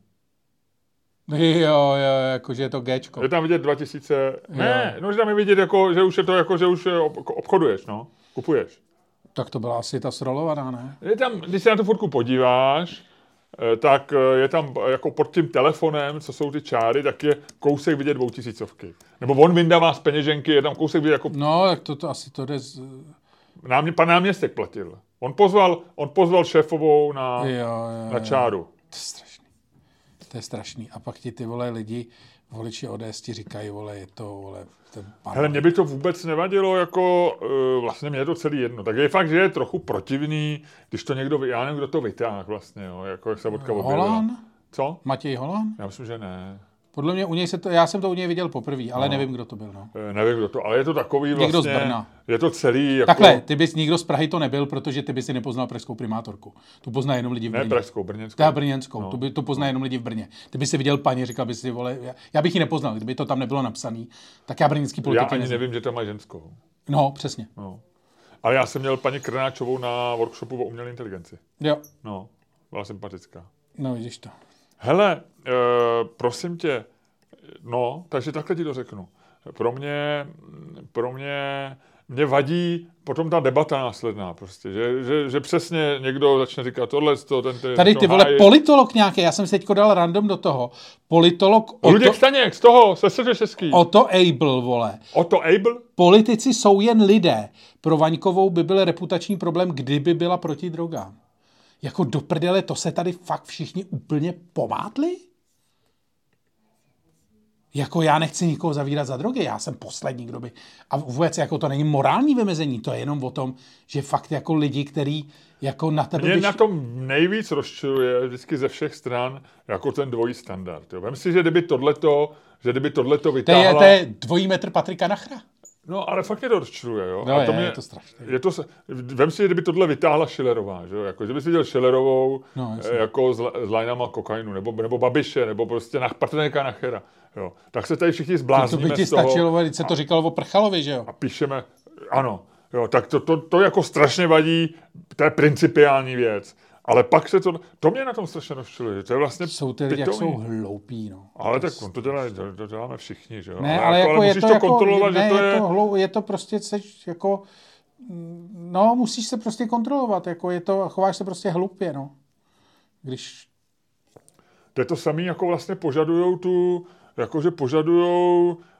Jo, jo, jakože je to Gčko. Je tam vidět dva tisíce, ne, no, že tam je vidět, jako, že už je to jako, že už obchoduješ, no, kupuješ. Tak to byla asi ta srolovaná, ne? Je tam, když se na tu fotku podíváš, tak je tam jako pod tím telefonem, co jsou ty čáry, tak je kousek vidět dvoutisícovky. Nebo on vyndává z peněženky, je tam kousek vidět jako... No, tak to, to asi to jde z... Námě, pan náměstek platil. On pozval, on pozval šéfovou na, jo, jo, na čáru. To je strašný. To je strašný. A pak ti ty, vole, lidi, voliči O D S ti říkají, vole, je to, vole... Hele, mě by to vůbec nevadilo, jako uh, vlastně mě je to celý jedno. Tak je fakt, že je trochu protivný, když to někdo, já nevím, kdo to vytáhl vlastně, jo, jako jak se vodka objevila. Holan? Co? Matěj Holan? Já myslím, že ne. Podle mě u něj se to, já jsem to u něj viděl poprvé, ale no. nevím, kdo to byl, no. E, nevím, kdo to, ale je to takový vlastně... Někdo z Brna. Je to celý jako... Takhle, ty bys nikdo z Prahy to nebyl, protože ty bys si nepoznal pražskou primátorku. Tu pozná jenom lidi v Brně. Ne pražskou, brněnskou. Ta brněnskou, no. to, by, to pozná jenom lidi v Brně. Ty bys si viděl paní, říkal bys si, vole, já, já bych ji nepoznal, kdyby to tam nebylo napsaný, tak já brněnský politiky Já ani neznám. nevím, že tam má ženskou. No, přesně. No. Ale já jsem měl paní Krnáčovou na workshopu o umělé inteligenci. Jo. No, byla sympatická. No, vidíš to. Hele, e, prosím tě, no, takže takhle ti to řeknu. Pro mě, pro mě, mě vadí potom ta debata následná prostě, že, že, že přesně někdo začne říkat tohle, to, ten, ten, tady ty no, vole, háj. politolog nějaký, já jsem si teďko dal random do toho. Politolog... Luděk Staněk, z toho, se srdce český. Otto Abel, vole. Otto Abel? Politici jsou jen lidé. Pro Vaňkovou by byl reputační problém, kdyby byla proti drogám. Jako do prdele, to se tady fakt všichni úplně pomátli? Jako já nechci nikoho zavírat za drogy, já jsem poslední, kdo by... A vůbec jako to není morální vymezení, to je jenom o tom, že fakt jako lidi, který jako na tebe... Mě byš... na tom nejvíc rozčiluje vždycky ze všech stran jako ten dvojí standard. Jo. Vem si, že kdyby tohleto, že kdyby tohleto vytáhla... To je, to je dvojí metr Patrika Nachra. No, ale fakt mě to rozčiluje, jo. No a je, to mě, je to strašné. Je to, vem si, že kdyby tohle vytáhla Schillerová, že jo, jako, že bys viděl Schillerovou no, jako s, s lajnama kokainu, nebo, nebo Babiše, nebo prostě na, Patrika Nachera, jo. Tak se tady všichni zblázníme to by ti z toho. stačilo, když se to říkalo o Prchalovi, že jo. A píšeme, ano, jo, tak to, to, to jako strašně vadí, to je principiální věc. Ale pak se to, to mě na tom strašně rozčiluje, to je vlastně jsou ty lidi, jak jsou hloupí, no. Ale tak on to, dělá, to děláme všichni, že jo. Ne, ale, jako, ale je musíš to, to jako, kontrolovat, ne, že to je... Je to, hlou, je to prostě, seš, jako, no, musíš se prostě kontrolovat, jako je to, chováš se prostě hlupě, no. Když... To je to samé, jako vlastně požadujou tu, jakože požadujou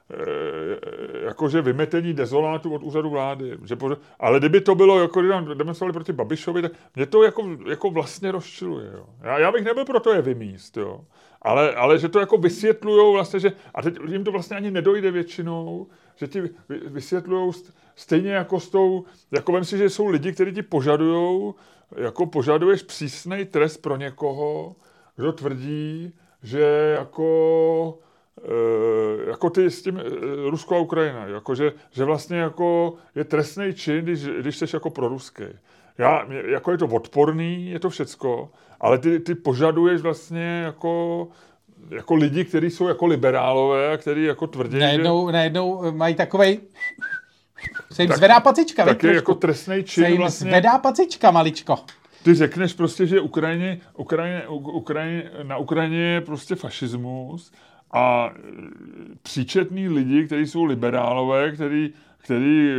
jakože vymetení dezolátu od úřadu vlády. Že pořád, ale kdyby to bylo, jako když nám demonstrovali proti Babišovi, tak mě to jako, jako vlastně rozčiluje. Jo. Já, já bych nebyl pro to je vymíst, jo. Ale, ale že to jako vysvětlujou vlastně, že, a teď jim to vlastně ani nedojde většinou, že ti vysvětlujou stejně jako s tou, jako vem si, že jsou lidi, kteří ti požadujou, jako požaduješ přísnej trest pro někoho, kdo tvrdí, že jako, e, jako ty s tím e, Rusko a Ukrajina, jako že, že vlastně jako je trestný čin, když, když jsi jako proruský. Já, jako je to odporný, je to všecko, ale ty, ty požaduješ vlastně jako, jako lidi, kteří jsou jako liberálové a kteří jako tvrdí, najednou, že... Najednou mají takovej... Se jim tak, zvedá pacička. Tak je jako trestný čin se jim vlastně... zvedá pacička, maličko. Ty řekneš prostě, že Ukrajině, Ukrajině, Ukrajině, na Ukrajině je prostě fašismus a příčetní lidi, kteří jsou liberálové, kteří, kteří...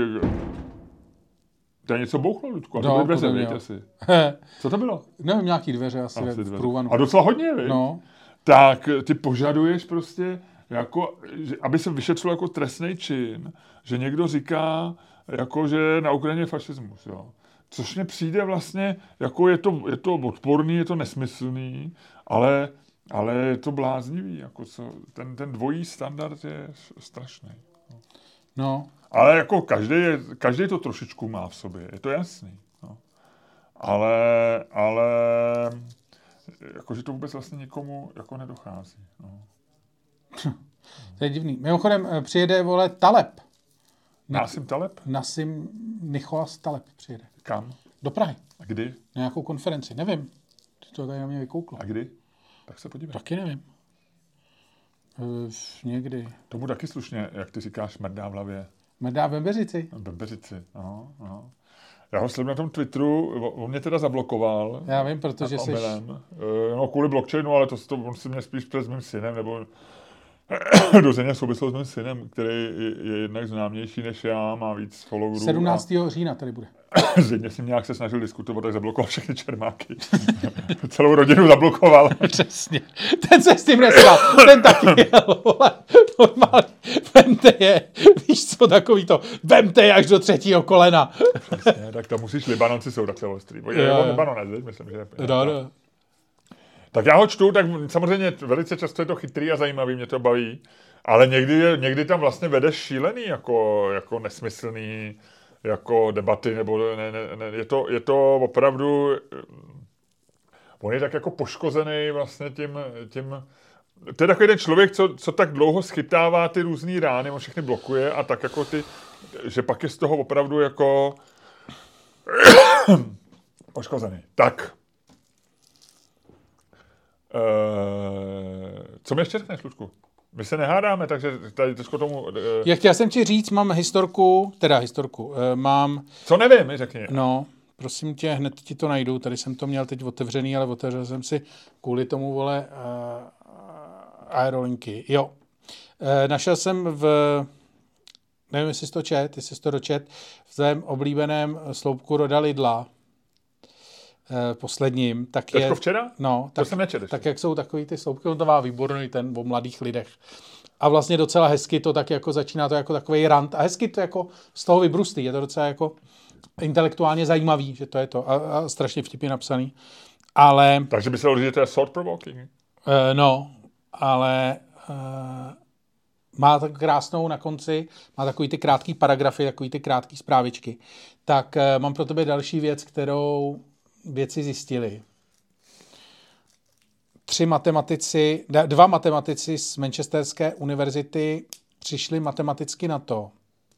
To je něco bouchlo, Ludku, a to byly dveře, víte asi. Co to bylo? Nevím, nějaký dveře asi, asi v průvanu. A docela hodně, víš? No. Tak ty požaduješ prostě, jako, že, aby se vyšetřilo jako trestný čin, že někdo říká, jako, že na Ukrajině je fašismus, jo. Což mně přijde vlastně, jako je to, je to odporný, je to nesmyslný, ale, ale je to bláznivý, jako co, ten, ten dvojí standard je strašný. No. Ale jako každý, je, každý to trošičku má v sobě, je to jasný. No. Ale, ale jakože to vůbec vlastně nikomu jako nedochází. No. To je divný. Mimochodem přijede, vole, Taleb. Nasim Taleb? Nasim Nicholas Taleb přijede. Kam? Do Prahy. A kdy? Na nějakou konferenci, nevím. To tady na mě vykouklo. A kdy? Tak se podívej. Taky nevím. Uh, někdy. Tomu taky slušně, jak ty říkáš, mrdá v hlavě. Mrdá v Bebeřici. V Bebeřici, no, no. Já ho sleduju na tom Twitteru, on mě teda zablokoval. Já vím, protože jsi... No, kvůli blockchainu, ale to, to on si mě spíš přes mým synem, nebo dozeně souvislost s mým synem, který je, je jednak známější než já, má víc followerů. sedmnáctého října tady bude. Zřejmě si nějak se snažil diskutovat, tak zablokoval všechny čermáky. Celou rodinu zablokoval. Přesně. Ten se s tím nesval. Ten taky jel, vole. Normálně. Vemte je. Víš co, takový to. Vemte je až do třetího kolena. Přesně, tak tam musíš, Libanonci jsou takhle ostrý. Je on Libanonec, myslím, že je. No, no. Tak já ho čtu, tak samozřejmě velice často je to chytrý a zajímavý, mě to baví, ale někdy, je, někdy tam vlastně vedeš šílený, jako, jako nesmyslný, jako debaty, nebo ne, ne, ne, je, to, je to opravdu, on je tak jako poškozený vlastně tím, tím to je takový ten člověk, co, co tak dlouho schytává ty různý rány, on všechny blokuje a tak jako ty, že pak je z toho opravdu jako poškozený. Tak. Uh, co mi ještě řekneš, Lučku? My se nehádáme, takže tady trošku tomu... Uh... Já chtěl jsem ti říct, mám historku, teda historku, uh, mám... Co nevím, mi řekni. No, prosím tě, hned ti to najdu, tady jsem to měl teď otevřený, ale otevřel jsem si kvůli tomu, vole, uh, aerolinky. Jo. Uh, našel jsem v... Nevím, jestli jsi to čet, jestli jsi to dočet, v tvém oblíbeném sloupku Roda Lidla, posledním, tak je... Teďko včera? No, tak, to jsem nečet. Tak jak jsou takový ty sloupky, on to má výborný ten o mladých lidech. A vlastně docela hezky to tak jako začíná to jako takový rant. A hezky to jako z toho vybrustí. Je to docela jako intelektuálně zajímavý, že to je to. A, a strašně vtipně napsaný. Ale... Takže by se dalo říct, že to je thought provoking. Uh, no, ale... Uh, má tak krásnou na konci, má takový ty krátký paragrafy, takový ty krátký zprávičky. Tak uh, mám pro tebe další věc, kterou věci zjistili. Tři matematici, dva matematici z Manchesterské univerzity přišli matematicky na to,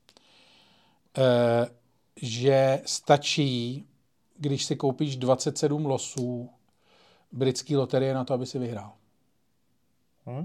že stačí, když si koupíš dvacet sedm losů britské loterie na to, aby si vyhrál. Hmm?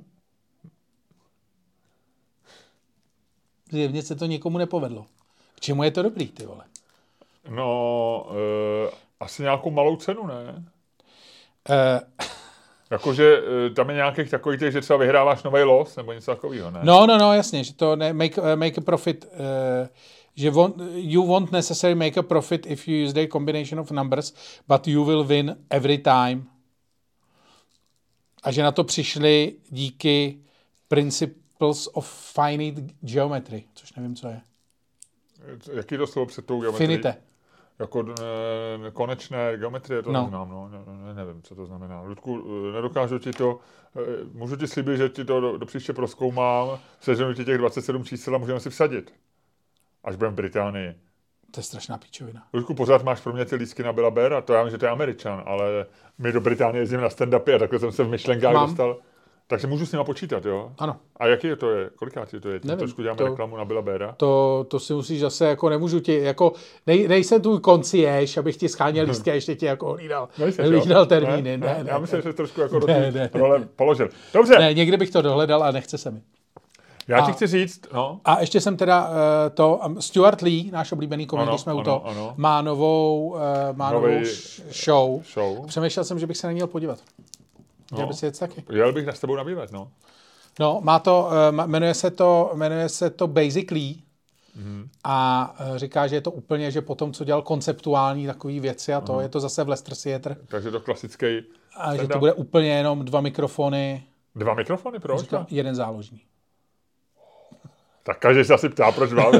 Zjevně se to nikomu nepovedlo. K čemu je to dobrý, ty vole? No, uh... asi nějakou malou cenu, ne? Uh, Jakože tam je nějakých takových, že třeba vyhráváš nový los, nebo něco takového, ne? No, no, no, jasně, že to ne, make, uh, make a profit, uh, že won't, you won't necessarily make a profit if you use the combination of numbers, but you will win every time. A že na to přišli díky princip, Principles of Finite Geometry, což nevím, co je. Jaký to slovo před tou geometrií? Finite. Jako ne, konečné geometrie, to no. neznám, no. Ne, ne, nevím, co to znamená. Ludku, nedokážu ti to, můžu ti slíbit, že ti to do, do příště prozkoumám, seženu ti těch dvacet sedm čísel a můžeme si vsadit, až budeme v Británii. To je strašná píčovina. Ludku, pořád máš pro mě ty lístky na Billa Beara, to já vím, že to je Američan, ale my do Británie jezdíme na stand-upy a takhle jsem se v myšlenkách Mám. dostal. Takže můžu s nima počítat, jo? Ano. A jaký to je? Kolikátý to je? Tím Nevím, trošku děláme to, reklamu na Billa Beara? To, to si musíš zase, jako nemůžu ti, jako nej, nejsem tvůj konciéž, abych ti scháněl lístky a ještě ti jako hlídal, hlídal termíny. Ne, ne, ne, já myslím, ne. že jsi trošku jako do ne, ne, role položil. Dobře. Ne, někdy bych to dohledal a nechce se mi. Já ti a, chci říct, no. A ještě jsem teda uh, to, um, Stuart Lee, náš oblíbený komik, když jsme ano, u toho, ano. má novou, uh, má novou show. show. Přemýšlel jsem, že bych se na ní měl podívat. Měl No. by si jet taky. Jel bych na s tebou na výlet, no. No, má to, uh, jmenuje se to, jmenuje se to Basically mm-hmm. a uh, říká, že je to úplně, že potom, co dělal konceptuální takové věci a to, uh-huh. je to zase v Leicester Theatre. Takže to klasický. A že to bude úplně jenom dva mikrofony. Dva mikrofony, proč? Říká, jeden záložní. Tak každý se asi ptá, proč dva,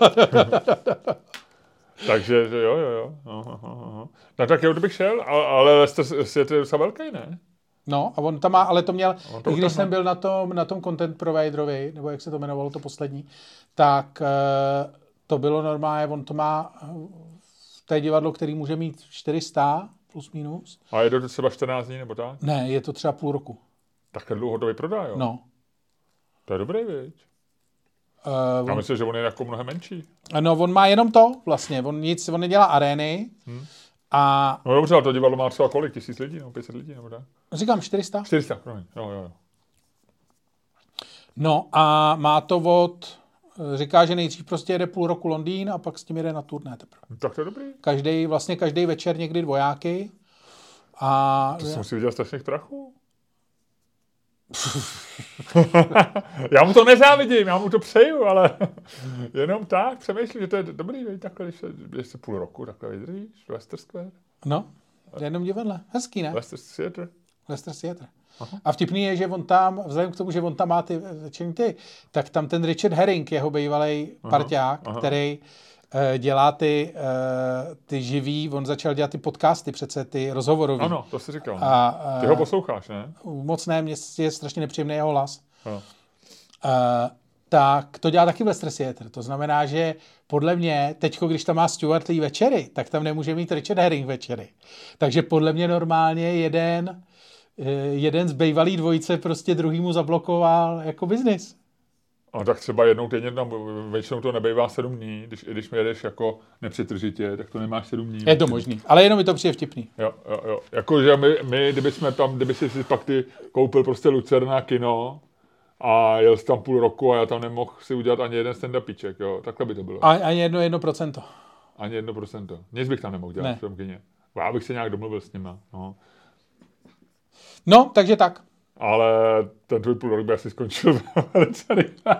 Takže jo, jo, jo. Aha, aha. No tak jo, bych šel, ale Leicester Theatre je docela velký, ne? No, a on tam má, ale to měl, to i když jsem byl na tom, na tom content providerovi, nebo jak se to jmenovalo, to poslední, tak uh, to bylo normálně, on to má v té divadlo, který může mít čtyři sta plus minus. A je to třeba čtrnáct dní, nebo tak? Ne, je to třeba půl roku. Tak dlouho to vyprodá, jo? No. To je dobrý, viď? Uh, Já on, myslím, že on je jako mnohem menší. No, on má jenom to vlastně, on nic, on nedělá arény hmm. a... No dobře, ale to divadlo má třeba kolik? Tisíc lidí, nebo pět set lidí, nebo tak? Říkám čtyři sta. čtyři sta, promiň, jo, jo, jo. No a má to od... Říká, že nejdřív prostě jede půl roku Londýn a pak s tím jede na turné teprve. No, tak to je dobrý. Každý, vlastně každý večer někdy dvojáky. A... To si musí vidět strašných prachů. Já mu to nezávidím, já mu to přeju, ale jenom tak přemýšlím, že to je dobrý, veď, takhle, když se, když se půl roku takhle vydržíš, Leicester Square. No, jenom divadle, hezký, ne? Leicester Theatre. Leicester Theatre. Aha. A vtipný je, že on tam, vzhledem k tomu, že on tam má ty večerní ty, tak tam ten Richard Herring, jeho bývalý parťák, aha. který uh, dělá ty, uh, ty živý, on začal dělat ty podcasty, přece ty rozhovorový. Ano, to jsi říkal. A, uh, Ty ho posloucháš, ne? Moc ne, mně je strašně nepříjemný jeho hlas. Ano. Uh, tak to dělá taky v Leicester Theatre. To znamená, že podle mě, teďko, když tam má Stuart Lee večery, tak tam nemůže mít Richard Herring večery. Takže podle mě normálně jeden, jeden z bývalý dvojice prostě druhýmu zablokoval jako biznis. A tak třeba jednou týdně tam, většinou to nebejvá sedm dní, když, když jedeš jako nepřetržitě, tak to nemáš sedm dní. Je to možný, ale jenom mi to přijde vtipný. Jo, jo, jo. Jako, že my, my kdyby jsme tam, kdyby si pak ty koupil prostě Lucerna kino, a jel jsi tam půl roku a já tam nemohl si udělat ani jeden stand-upíček, jo. Takhle by to bylo. A, ani jedno, jedno procento. Ani jedno procento. Nic bych tam nemohl dělat ne. v tom kině. Já bych se nějak domluvil s nima, no. No, takže tak. Ale ten tvůj půl rok by asi skončil velice rychle.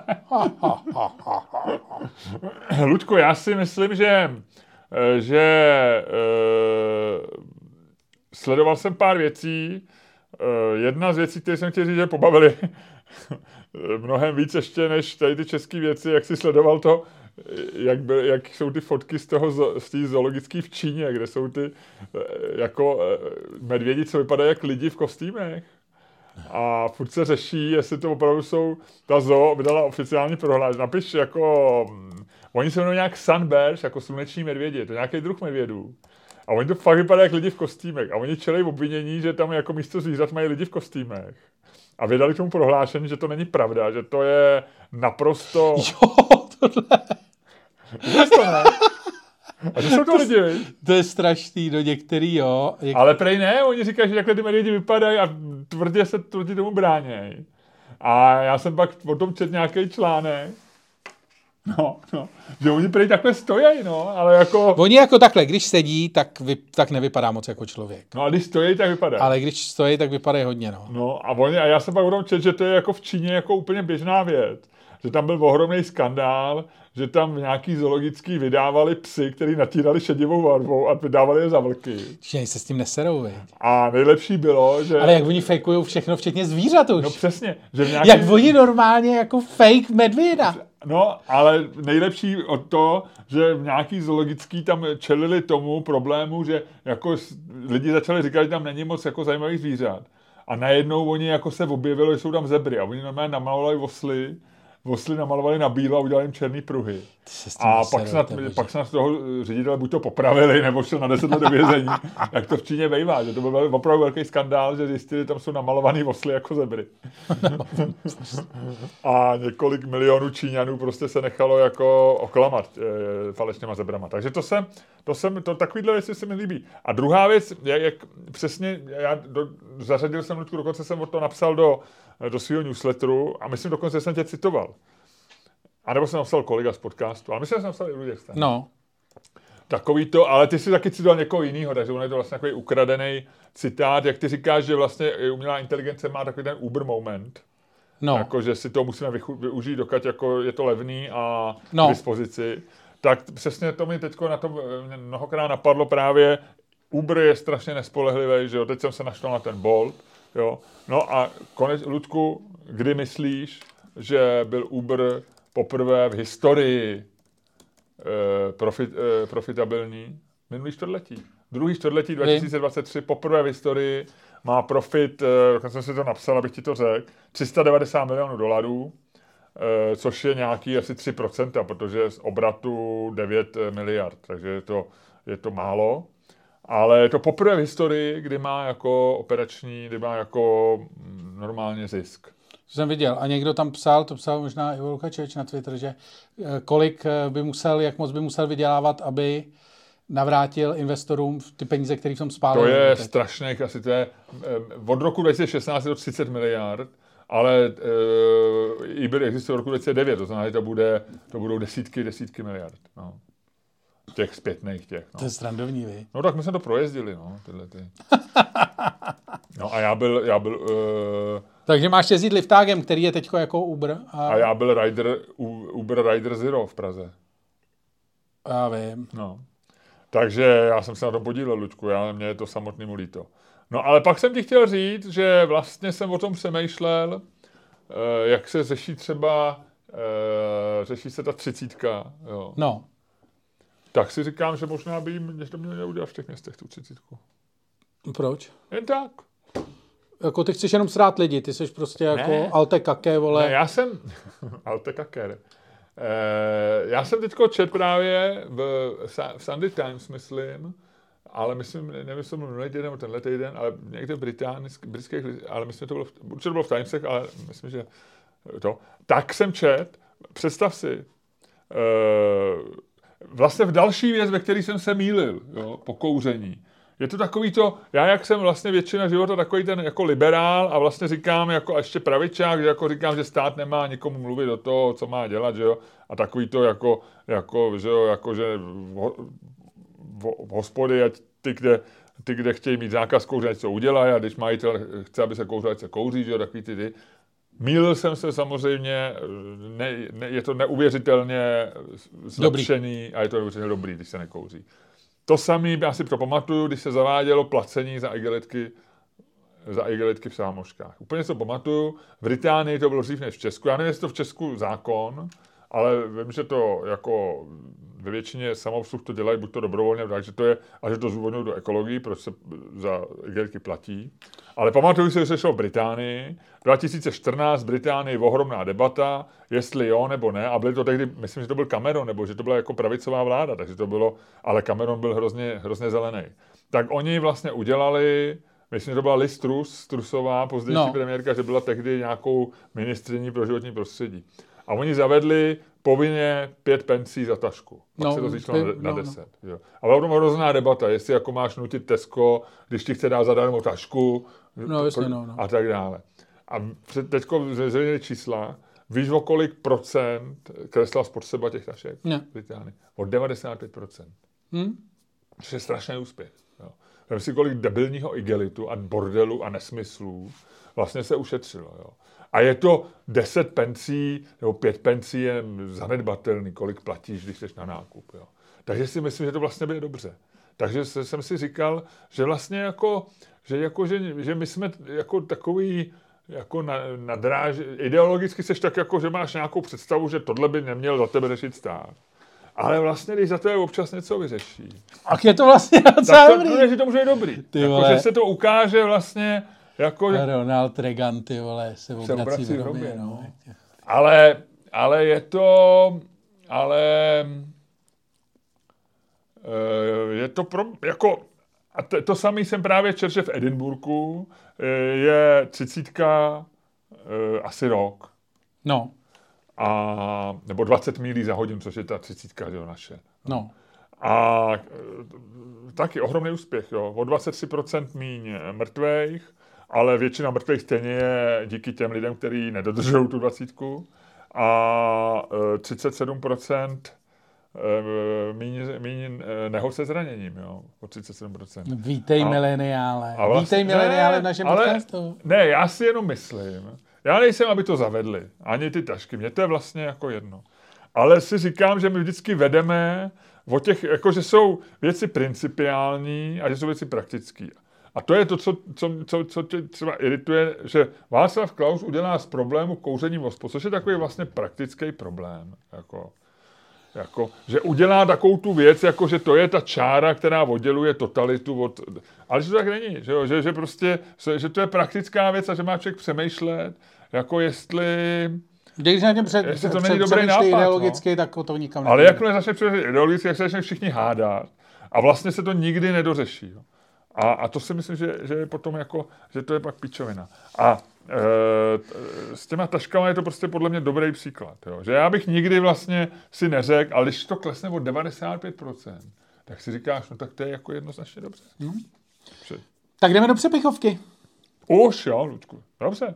Luďko, já si myslím, že, že uh, sledoval jsem pár věcí. Uh, jedna z věcí, které jsem chtěl říct, že pobavili mnohem víc ještě než tady ty české věci, jak jsi sledoval to, jak, byl, jak jsou ty fotky z toho z té zoologické v Číně, kde jsou ty jako medvědi, co vypadají jak lidi v kostýmech. A furt se řeší, jestli to opravdu jsou, ta zoo vydala oficiální prohlášení. Napiš jako, oni se jmenují nějak sunbears, jako sluneční medvědi, to je nějaký druh medvědů. A oni to fakt vypadají jak lidi v kostýmech. A oni čelí obvinění, že tam jako místo zvířat mají lidi v kostýmech. A vydali k tomu prohlášení, že to není pravda, že to je naprosto... Jo, tohle. Vůbec to ne. A že jsou to lidi, viď? To je strašný, do některý, jo. Jak... Ale prej ne, oni říkají, že takhle ty medvědi vypadají a tvrdě se proti tomu bránějí. A já jsem pak o tom četl nějaký článek. No, no, že oni prej takhle stojí, no, ale jako... Oni jako takhle, když sedí, tak, vy, tak nevypadá moc jako člověk. No a když stojí, tak vypadá. Ale když stojí, tak vypadají hodně, no. No a oni, a já jsem pak o tom četl, že to je jako v Číně jako úplně běžná věc. že tam byl ohromný skandál, že tam nějaký zoologický vydávali psy, který natírali šedivou barvou a vydávali je za vlky. Že se s tím neserou, veď. A nejlepší bylo, že... Ale jak oni fejkují všechno, včetně zvířat už. No přesně. Že v nějaký... Jak oni normálně jako fake medvěda. No, ale nejlepší od to, že v nějaký zoologický tam čelili tomu problému, že jako lidi začali říkat, že tam není moc jako zajímavých zvířat. A najednou oni jako se objevilo, že jsou tam zebry a oni normálně namalovali osly, osly namalovali na bílo a udělali jim černý pruhy. A pak snad, pak snad toho ředitele buď to popravili, nebo šel na deset let do vězení, jak to v Číně bývá, že to byl opravdu velký skandál, že zjistili, že tam jsou namalovaný osly jako zebry. A několik milionů Číňanů prostě se nechalo jako oklamat e, falešnýma zebrama. Takže to jsem, to jsem, to takovýhle věci se mi líbí. A druhá věc, jak, jak přesně, já do, zařadil jsem Ludku, dokonce jsem to napsal do, do svého newsletteru a myslím dokonce, že jsem tě citoval. A nebo jsem napsal kolega z podcastu, ale myslím, že jsem napsal i Luděk Staň. No. Takový to, ale ty si taky citoval někoho jiného, takže on je to vlastně takový ukradený citát, jak ty říkáš, že vlastně umělá inteligence má takový ten Uber moment. No. Jako, že si to musíme využít, dokud jako je to levný a no. k dispozici. Tak přesně to mi teď na tom mnohokrát napadlo právě, Uber je strašně nespolehlivý, že jo, teď jsem se našel na ten Bolt, jo. No a konec, Ludku, kdy myslíš, že byl Uber poprvé v historii e, profit, e, profitabilní? Minulý čtvrtletí. Druhý čtvrtletí dva tisíce dvacet tři poprvé v historii má profit, e, dokonce jsem si to napsal, abych ti to řekl, tři sta devadesát milionů dolarů, e, což je nějaký asi tři procenta, protože z obratu devět miliard, takže je to, je to málo. Ale je to poprvé v historii, kdy má jako operační, kdy má jako normálně zisk. To jsem viděl. A někdo tam psal, to psal možná Ivo Lukačevič na Twitter, že kolik by musel, jak moc by musel vydělávat, aby navrátil investorům ty peníze, které jsem spálil. To je strašných, asi to je, od roku dva tisíce šestnáct je to třicet miliard, ale e, Uber existuje od roku dva tisíce devět, to znamená, že to, bude, to budou desítky, desítky miliard. No. Těch zpětných těch. No. To je srandovní, vy. No tak my jsme to projezdili, no, tyhle ty. No a já byl, já byl... Uh, Takže máš jezdit liftágem, který je teďko jako Uber. A, a já byl rider, Uber Rider Zero v Praze. Já vím. No. Takže já jsem se na tom podílel, Luďku, já, mě je to samotnému líto. No ale pak jsem ti chtěl říct, že vlastně jsem o tom přemýšlel, uh, jak se řeší třeba, uh, řeší se ta třicítka, jo. No. Tak si říkám, že možná by jim někdo měl udělat v těch městech tu třicítku. Proč? Jen tak. Jako ty chceš jenom srát lidi, ty jsi prostě jako ne. alte kake, vole. Ne, já jsem... alte kake, ne. E, já jsem teďko čet právě v, v Sunday Times, myslím, ale myslím, nevím, jestli to byl minulý týden nebo tenhle týden, ale někde v britských, ale myslím, že to bylo, určitě to bylo v Timesech, ale myslím, že to. Tak jsem čet, představ si, e, vlastně v další věc, ve který jsem se mýlil, jo, po kouření. Je to takový to, já jak jsem vlastně většina života takový ten jako liberál a vlastně říkám jako a ještě pravičák, že jako říkám, že stát nemá nikomu mluvit do toho, co má dělat, že jo, a takový to jako, jako že jo, jako že v, v, v hospody, ať ty, kde, ty, kde chtějí mít zákaz kouření, co udělají, a když majitel chce, aby se kouřil, ať se kouří, že jo, takový ty ty. Mýlil jsem se samozřejmě, ne, ne, je to neuvěřitelně zlepšený dobrý. A je to neuvěřitelně dobrý, když se nekouří. To samé, já si to pamatuju, když se zavádělo placení za igelitky, za igelitky v sámoškách. Úplně si to pamatuju. V Británii to bylo dřív než v Česku. Já nevím, jestli to v Česku zákon, ale vím, že to jako ve většině samoobsluh to dělají, buď to dobrovolně, takže to je, a že to zúvodňují do ekologii, proč se za igelitky platí. Ale pamatuju si, že se šlo v Británii. dva tisíce čtrnáct v Británii ohromná debata, jestli jo nebo ne. A byly to tehdy, myslím, že to byl Cameron, nebo že to byla jako pravicová vláda, takže to bylo, ale Cameron byl hrozně, hrozně zelený. Tak oni vlastně udělali, myslím, že to byla Liz Truss, Trussová, pozdější no. premiérka, že byla tehdy nějakou ministryní pro životní prostředí. A oni zavedli povinně pět pencí za tašku. Pak no, se to zvýšilo na, na deset. No, no. A byla tam hrozná debata, jestli jako máš nutit Tesco, když ti chce dát zadarmo tašku no, jasně, no, no. a tak dále. A teďko zveřejnili čísla, víš, o kolik procent klesla spotřeba těch tašek v Británii? O devadesát pět procent. Hmm? Což je strašný úspěch. Jo. vem si, kolik debilního igelitu a bordelu a nesmyslů vlastně se ušetřilo. Jo. A je to deset pencí nebo pět pencí je zanedbatelný, kolik platíš, když jdeš na nákup. Jo. Takže si myslím, že to vlastně bude dobře. Takže jsem si říkal, že vlastně jako, že, jako, že, že my jsme jako takový jako na, na dráž, ideologicky seš tak jako, že máš nějakou představu, že tohle by neměl za tebe řešit stát. Ale vlastně, když za tebe občas něco vyřeší. Ach, je to vlastně docela dobrý. Tak to, že to může být dobrý. Jako, že se to ukáže vlastně jako... Ronald Reagan, ty vole, se obrací v hrobě, no. no. Ale, ale je to... Ale... Je to pro... Jako... A to, to samý jsem právě četl, že v Edinburghu je třicítka asi rok. No. A, nebo dvacet mílí za hodinu, což je ta třicítka, jo, naše. No. A taky ohromný úspěch, jo. O dvacet tři procent míň mrtvejch, ale většina mrtvejch stejně je díky těm lidem, kteří nedodržují tu dvacítku. A třicet sedm procent míň, míň nehod se zraněním, jo. O třicet sedm procent. Vítej a, mileniále. A vlastně, Vítej mileniále v našem ale, podcastu. Ne, já si jenom myslím. Já nejsem, aby to zavedli. Ani ty tašky. Mně to je vlastně jako jedno. Ale si říkám, že my vždycky vedeme o těch, jako že jsou věci principiální a že jsou věci praktické. A to je to, co, co, co, co tě třeba irituje, že Václav Klaus udělá z problému kouření vospo, což je takový vlastně praktický problém. Jako, jako, že udělá takovou tu věc, jako že to je ta čára, která odděluje totalitu od... Ale že to tak není, že, jo? Že, že prostě, že to je praktická věc a že má člověk přemýšlet, jako jestli... Když na něm před, jestli to není dobrý nápad, ideologicky, no. Tak to nikam ale jakmile začne přemýšlet ideologicky, jak se začne všichni hádat a vlastně se to nikdy nedořeší. Jo? A, a to si myslím, že, že je potom jako, že to je pak pičovina. A e, s těma taškama je to prostě podle mě dobrý příklad. Jo? Že já bych nikdy vlastně si neřekl, ale když to klesne o devadesát pět procent, tak si říkáš, no tak to je jako jednoznačně dobře. Hmm. Tak jdeme do přepichovky. Už jo, Luďku. Dobře.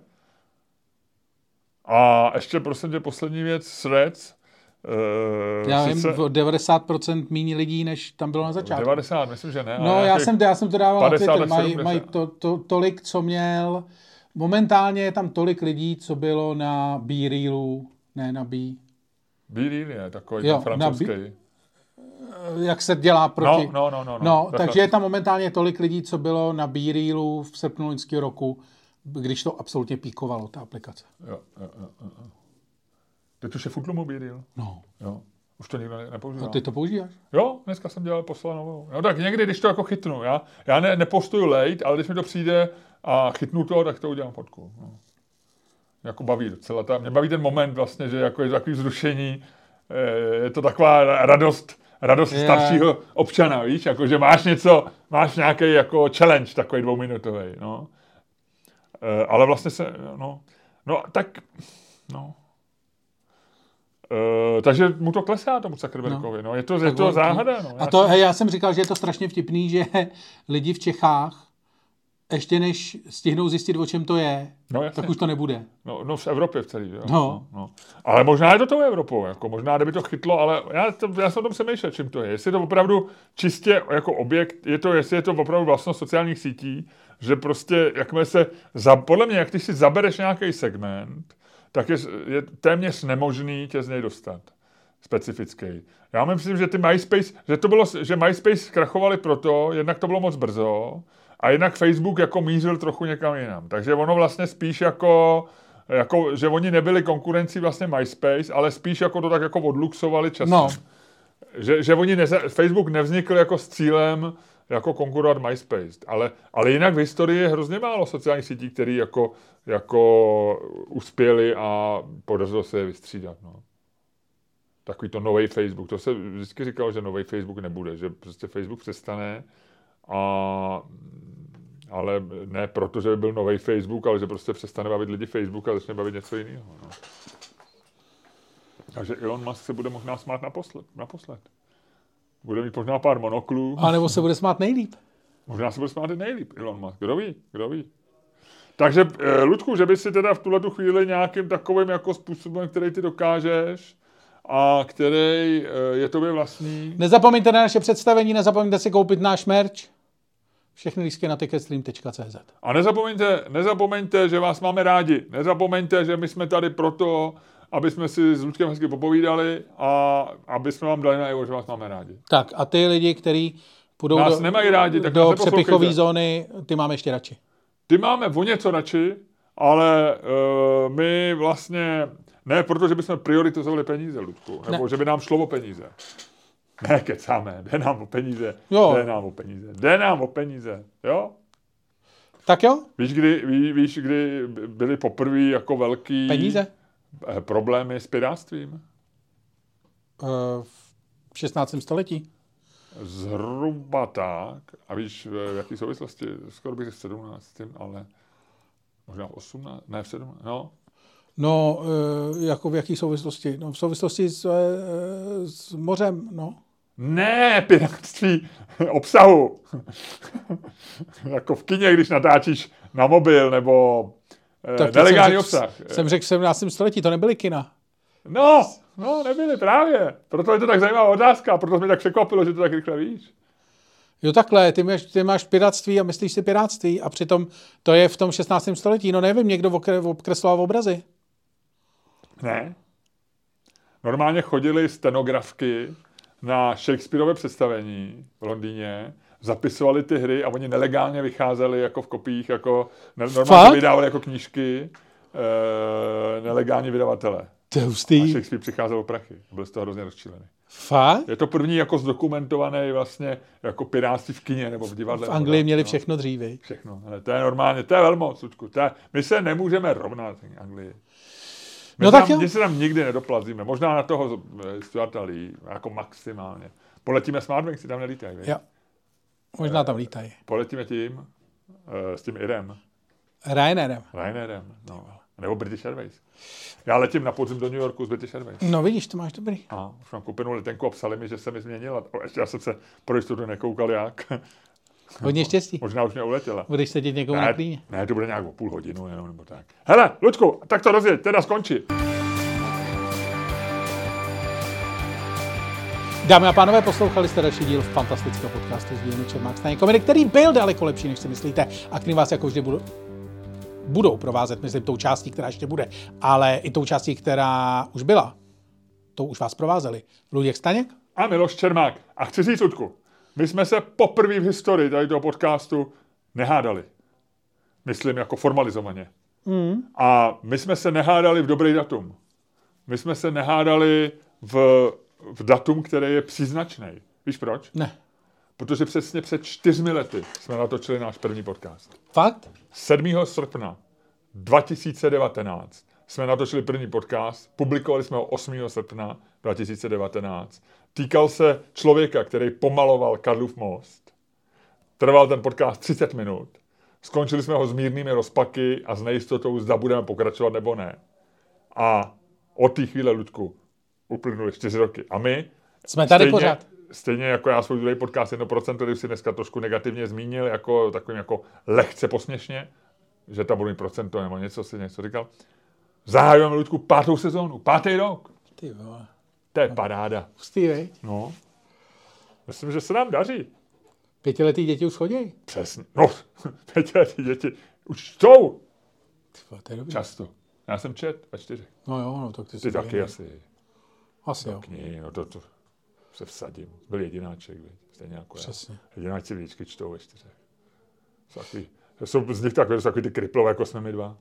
A ještě prosím tě poslední věc, Threads. Uh, já sice... vím, o devadesát procent méně lidí, než tam bylo na začátku. devadesát, myslím, že ne. No, já jsem, já jsem to dával na Twitter. Mají maj to, to, tolik, co měl. Momentálně je tam tolik lidí, co bylo na B-Reelu, ne na B. B-Reel je takový jo, francouzský. B... Jak se dělá proti... No, no, no. no, no. no takže je tam momentálně tolik lidí, co bylo na B-Reelu v srpnu loňského roku, když to absolutně píkovalo, ta aplikace. Jo, jo, jo, jo. Teď už je Footloom B-Reel. No. Jo. Už to nikdo nepoužívá. A ty to používáš? Jo, dneska jsem dělal poslal novou. No tak někdy, když to jako chytnu, já, já ne, nepostuju late, ale když mi to přijde a chytnu to, tak to udělám fotku. No. Jako baví docela. Ta, mě baví ten moment vlastně, že jako je to takový vzrušení, je to taková radost, radost yeah. staršího občana, víš, jako že máš něco, máš nějaký jako challenge takový dvouminutový, no. E, ale vlastně se, no, no tak, no. Uh, takže mu to klesá tomu Zuckerbergovi, no. no. Je to, je to záhada, no. A to, hej, já jsem říkal, že je to strašně vtipný, že lidi v Čechách ještě než stihnou zjistit, o čem to je, no, tak už to nebude. No, no v Evropě v celý, jo. No. No, no. Ale možná je to tou Evropou, jako možná, kdyby to chytlo, ale já, to, já jsem o tom přemýšlel, čím to je. Jestli je to opravdu čistě jako objekt, je to, jestli je to opravdu vlastnost sociálních sítí, že prostě, jakmile se, za, podle mě, jak ty si zabereš nějaký segment, tak je, je téměř nemožný tě z něj dostat. Specifický. Já myslím, že ty MySpace, že to bylo, že MySpace zkrachovali proto, jednak to bylo moc brzo, a jednak Facebook jako mířil trochu někam jinam. Takže ono vlastně spíš jako, jako že oni nebyli konkurencí vlastně MySpace, ale spíš jako to tak jako odluxovali časem. No. Že, že oni neza, Facebook nevznikl jako s cílem jako konkurovat MySpace. Ale, ale jinak v historii je hrozně málo sociálních sítí, které jako, jako uspěli a podařilo se je vystřídat. No. Takový to nový Facebook. To se vždycky říkalo, že nový Facebook nebude, že prostě Facebook přestane, a, ale ne proto, že by byl nový Facebook, ale že prostě přestane bavit lidi Facebook a začne bavit něco jiného. No. Takže Elon Musk se bude možná smát naposled. naposled. Bude mít možná pár monoklů. A nebo se bude smát nejlíp. Možná se bude smát nejlíp, Elon Musk. Kdo ví, kdo ví. Takže, Ludku, že by si teda v tuhletu chvíli nějakým takovým jako způsobem, který ty dokážeš a který je tobě vlastní. Nezapomeňte na naše představení, nezapomeňte si koupit náš merch. Všechny lístky na ticketstream tečka cé zet. A nezapomeňte, nezapomeňte, že vás máme rádi. Nezapomeňte, že my jsme tady proto, aby jsme si s Luďkem hezky popovídali a aby jsme vám dali najevo, že vás máme rádi. Tak a ty lidi, kteří půjdou nás do, nemají rádi, tak do nás přepichové zóny, ty máme ještě radši. Ty máme o něco radši, ale uh, my vlastně, ne proto, že bychom prioritizovali peníze, Ludku, nebo ne. že by nám šlo o peníze. Ne, kecáme, jde nám o peníze, jo. jde nám o peníze, jde nám o peníze, jo? Tak jo? Víš, kdy, ví, víš, kdy byly poprvé jako velký peníze? problémy s piráctvím? Uh, v šestnáctém století. Zhruba tak. A víš, v jaký souvislosti? Skoro bych v sedmnáctém ale možná v osmnáctém ne v sedmnáctém no. No, uh, jako v jaký souvislosti? No, v souvislosti s, uh, s mořem, no. Ne, piráctví obsahu. Jako v kině, když natáčíš na mobil, nebo tak nelegální obsah. Jsem řekl v sedmnáctém století, to nebyly kina. No, no, nebyly právě. Proto je to tak zajímavá otázka, proto mě tak překvapilo, že to tak rychle víš. Jo takhle, ty máš, ty máš piráctví a myslíš si piráctví a přitom to je v tom šestnáctém století. No nevím, někdo obkresloval obrazy. Ne. Normálně chodili stenografky na Shakespeareové představení v Londýně, zapisovali ty hry a oni nelegálně vycházeli jako v kopiích, jako normálně vydávali jako knížky e, nelegální vydavatele. To je hustý. A Shakespeare přicházel o prachy. Byl z toho hrozně rozčilený. Fakt? Je to první jako zdokumentovaný vlastně jako pirátství v kině nebo v divadle. V Anglii měli no. všechno dříve. Všechno. Ale to je normálně, to je velmoc, Sučku. To je, my se nemůžeme rovnat v Anglii. My, no se tak tam, my se tam nikdy nedoplazíme. Možná na toho Stuarta Lee, jako maximálně. Poletíme Smartwings, si tam nelítají. Jo. Možná tam lítají. Poletíme tím, uh, s tím Irem. Ryanairem. Ryanairem, no. Nebo British Airways. Já letím na podzim do New Yorku z British Airways. No vidíš, to máš dobrý. A už mám koupenou letenku a psali mi, že se mi změnila. Ještě já jsem se pro jistotu nekoukal jak. Hodně štěstí. Možná už mě uletěla. Budeš sedět někomu ne, na klíně. Ne, to bude nějak o půl hodinu jenom, nebo tak. Hele, Luďku, tak to rozjeď, teda skončí. Dámy a pánové, poslouchali jste další díl fantastického podcastu z dílny Čermák Staněk komedy, který byl daleko lepší, než si myslíte, a který vás jako vždy budou, budou provázet, myslím, tou částí, která ještě bude, ale i tou částí, která už byla. To už vás provázeli. Luděk Staněk a Miloš Čermák. A chci říct, Ludku, my jsme se poprvé v historii tady toho podcastu nehádali. Myslím jako formalizovaně. Mm. A my jsme se nehádali v dobrý datum. My jsme se nehádali v, v datum, které je příznačný. Víš proč? Ne. Protože přesně před čtyřmi lety jsme natočili náš první podcast. Fakt? sedmého srpna dva tisíce devatenáct jsme natočili první podcast, publikovali jsme ho osmého srpna dva tisíce devatenáct. Týkal se člověka, který pomaloval Karlův most. Trval ten podcast třicet minut. Skončili jsme ho s mírnými rozpaky a s nejistotou, zda budeme pokračovat nebo ne. A od té chvíle, Ludku, uplynuly čtyři roky. A my jsme tady stejně, pořád. Stejně jako já svůj druhý podcast jedno procento, který si dneska trošku negativně zmínil, jako takovým jako lehce posměšně, že tam budu mít procento nebo něco si něco říkal. Zahajujeme, Ludku, pátou sezónu, pátý rok. Ty vole. To je paráda. Hustý, veď? No. Myslím, že se nám daří. Pětiletý děti už chodí? Přesně. No, pětiletý děti už čtou. To je dobrý. Často. Já jsem čet ve čtyřech. No jo, no tak ty, ty taky ne. asi. Asi jo. Knihy, no to, to se vsadím. Byl jedináček, veď. Stejně jako Přesně. já. Jedináčci vždycky čtou ve čtyřech. Jsou, takový, jsou z nich takové, jsou takový ty kriplové, jako jsme my dva.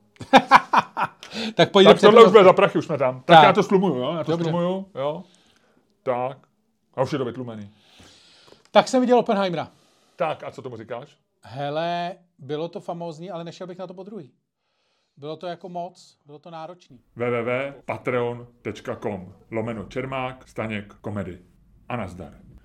Tak pojď tak tohle už bude za prachy, už jsme tam. Tak, tak já to slumuju, jo? Já to Dobře. slumuju, jo? Tak. A už je to vytlumený. Tak jsem viděl Oppenheimera. Tak, a co tomu říkáš? Hele, bylo to famózní, ale nešel bych na to podruhý. Bylo to jako moc, bylo to náročný. w w w tečka patreon tečka com lomeno Čermák Staněk komedy. A nazdar.